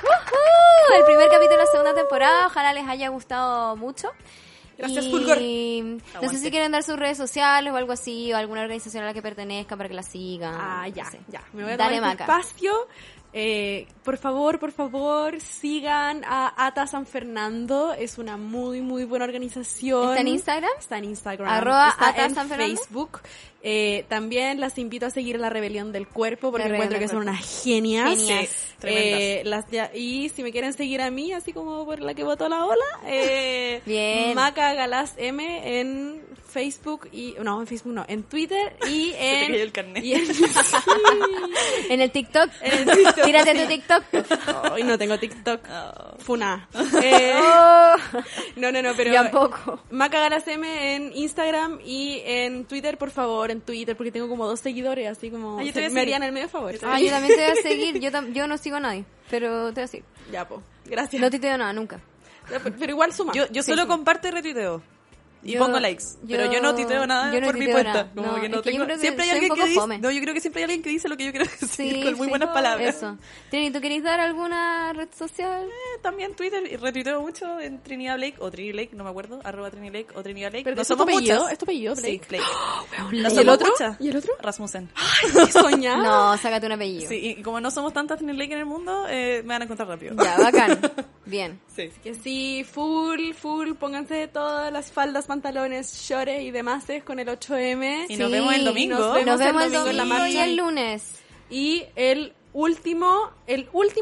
El primer capítulo de la segunda temporada. Ojalá les haya gustado mucho. Gracias, Y Fulgor. no sé Aguante. si quieren dar sus redes sociales o algo así, o alguna organización a la que pertenezcan para que la sigan. Ya, No sé. ya. Me voy a Dale, tomar este Maca. espacio. Por favor, sigan a Ata San Fernando. Es una muy, muy buena organización. ¿Está en Instagram? Está en Instagram. Arroba Está Ata en San Fernando. Facebook. También las invito a seguir La Rebelión del Cuerpo porque La encuentro que Rebelión son del unas genias. Genias. Sí, tremendas. Y si me quieren seguir a mí, así como por la que botó la ola, Bien. Maca Galás M en Facebook en Twitter y te en... cayó el carnet. y en- En el TikTok. en el TikTok Tírate tu TikTok. Hoy no tengo TikTok. Funa. No, pero... Tampoco. Macagalacm en Instagram y en Twitter, por favor, en Twitter, porque tengo como 2 seguidores, así como... yo te voy a me harían el medio favor. Yo también te voy a seguir. Yo no sigo a nadie, pero te voy a seguir. Ya, po. Gracias. No tuiteo nada, nunca. Pero igual suma. Yo solo comparto y retuiteo. Y pongo likes. Pero yo no tuiteo nada yo no por mi tuiteo cuenta. nada. Como No, que no es que yo tengo... creo que Siempre hay soy alguien un que poco dice... fome. No, yo creo que siempre hay alguien que dice lo que yo quiero decir Sí, con muy sí. buenas palabras. Eso. Trini, ¿tú querés dar alguna red social? También Twitter, y retuiteo mucho en Trinidad Blake, o Trini Lake, no me acuerdo, @Trini Lake o Trinidad Lake. Pero No ¿es tu somos apellido? muchas. ¿Es tu apellido, Sí, Blake? Blake. ¿Y No el somos otro? muchas. ¿Y el otro? Rasmussen. ¿Qué soñar? No, sácate un apellido. Sí, y como no somos tantas Trini Lake en el mundo, me van a encontrar rápido. Ya, bacán. Bien. Sí. Que sí, full, pónganse todas las faldas, pantalones, shorts y demás con el 8M. Y nos vemos el domingo. Nos vemos Nos vemos el el domingo en la domingo y marcha. el lunes. Y el último, se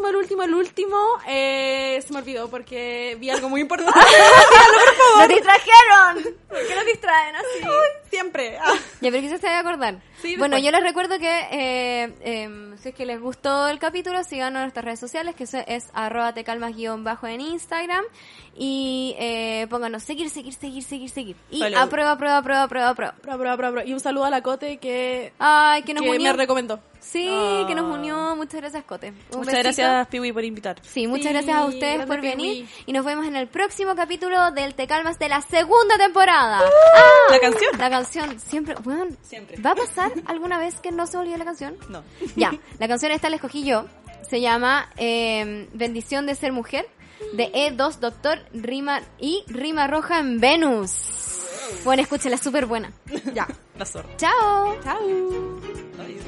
me olvidó porque vi algo muy importante. ¡Nos distrajeron! ¿Por qué nos distraen así? Siempre. Ya, pero quizás te voy a acordar. Sí, Bueno, después. yo les recuerdo que si es que les gustó el capítulo, síganos en nuestras redes sociales, que eso es @tecalmas_ en Instagram. Y pónganos seguir. Y Follow. aprueba. Bra. Y un saludo a la Cote que Ay, que nos me unió. recomendó. Sí, que nos unió. Muchas gracias, Cote. Un Muchas besito. gracias, Piwi, por invitar. Sí, muchas Sí, gracias a ustedes grande por venir. Piwi. Y nos vemos en el próximo capítulo del Te Calmas de la segunda temporada. La canción. La canción, siempre, bueno, Siempre. ¿va a pasar alguna vez que no se olvide la canción? No. Ya, la canción esta la escogí yo. Se llama Bendición de ser mujer, de E2 Doctor Rima Roja en Venus. Bueno, escúchela, es súper buena. Ya. La zorra. Chao. Chao. Adiós.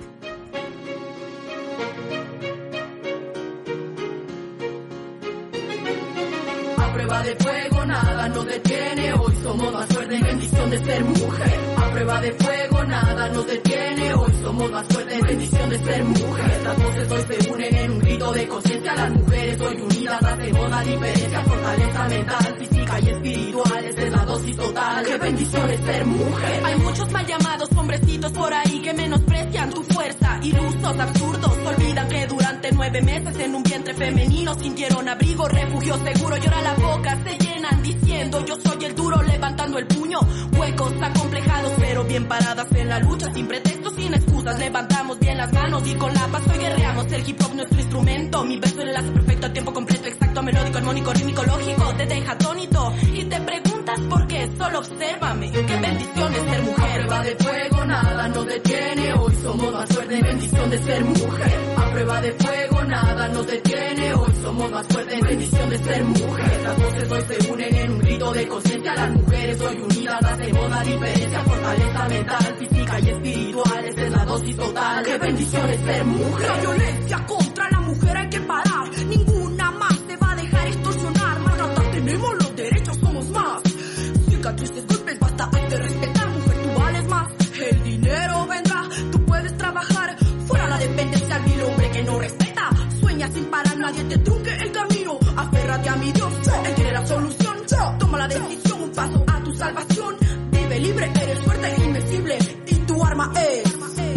A prueba de fuego nada nos detiene, hoy somos más fuertes, bendición de ser mujer. A prueba de fuego nada nos detiene, hoy somos más fuertes, bendición de ser mujer. Las voces hoy se unen en un grito de conciencia, las mujeres hoy unidas hacemos la diferencia. Fortaleza mental, física y espiritual, esa es la dosis total, qué bendición es ser mujer. Hay muchos mal llamados hombrecitos por ahí que menosprecian tu fuerza, ilusos, absurdos, olvidan que durante 9 meses en un vientre femenino sintieron abrigo, refugio seguro, y ahora la boca se llenan diciendo yo soy el duro, levantando el puño, huecos acomplejados pero bien paradas en la lucha, sin pretextos, sin excusas, levantamos bien las manos y con la paz hoy guerreamos, el hip hop nuestro instrumento, mi verso el enlace perfecto a tiempo completo, exacto, melódico, armónico, rítmico, lógico, te deja atónito y te preguntas por qué, solo obsérvame, qué bendición es ser mujer. A prueba de fuego nada nos detiene, hoy somos más fuertes, bendición de ser mujer. A prueba de fuego nada nos detiene, hoy somos más fuertes, bendición de ser mujer. Las voces hoy se unen en un grito de conciencia, las mujeres hoy unidas hacemos la diferencia. Fortaleza mental, física y espiritual, esa es la dosis total, qué bendición es ser mujer. La violencia contra la mujer hay que parar, ninguna más se va a dejar extorsionar. Maltratar tenemos los derechos, somos más. Cicatrices, golpes, basta, hay que respetar, mujer, tú vales más. El dinero vendrá, tú puedes trabajar, fuera la dependencia del hombre que no respeta. Sueña sin parar, nadie te trunque el camino, aférrate a mi Dios, él quiere la solución. Toma la decisión, un paso a tu salvación. Vive libre, eres fuerte e invencible, y tu arma es...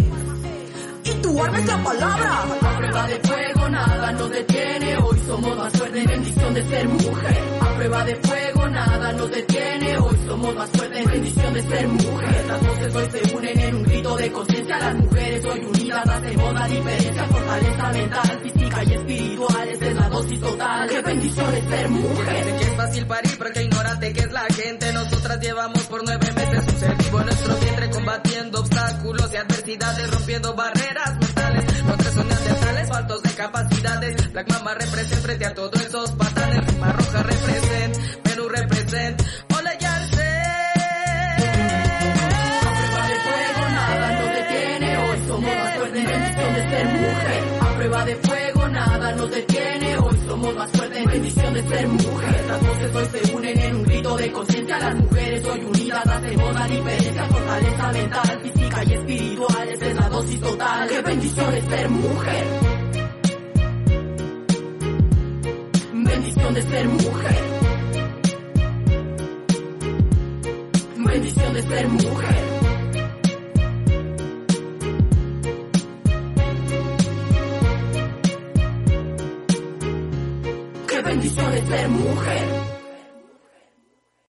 Tu arma es la palabra. A prueba de fuego nada nos detiene, hoy somos más fuertes, bendición de ser mujer. A prueba de fuego nada nos detiene, hoy somos más fuertes, bendición de ser mujer. Las voces hoy se unen en un grito de conciencia, las mujeres hoy unidas hacemos la diferencia. Fortaleza mental, física y espiritual, esa es la dosis total, qué bendición es ser mujer. Dicen que es fácil parir, pero que ignorante que es la gente. Nosotras llevamos por 9 meses un ser vivo en nuestro vientre, combatiendo obstáculos y adversidades, rompiendo barreras mentales. Nuestras son neandertales, faltos de capacidades. Black Mama represent frente a todos esos patanes. Rima roja represent, Perú represent. Hola Yarse. A prueba de fuego nada nos detiene, hoy somos más fuertes, bendición de ser mujer. A prueba de fuego nada nos detiene, hoy somos más fuertes, bendición de ser mujer. Las voces hoy se unen en un grito de conciencia, las mujeres hoy unidas hacemos la diferencia. Fortaleza mental, física y espiritual, esa es la dosis total, qué bendición es ser mujer. Bendición de ser mujer. Bendición de ser mujer. bendición es ser mujer.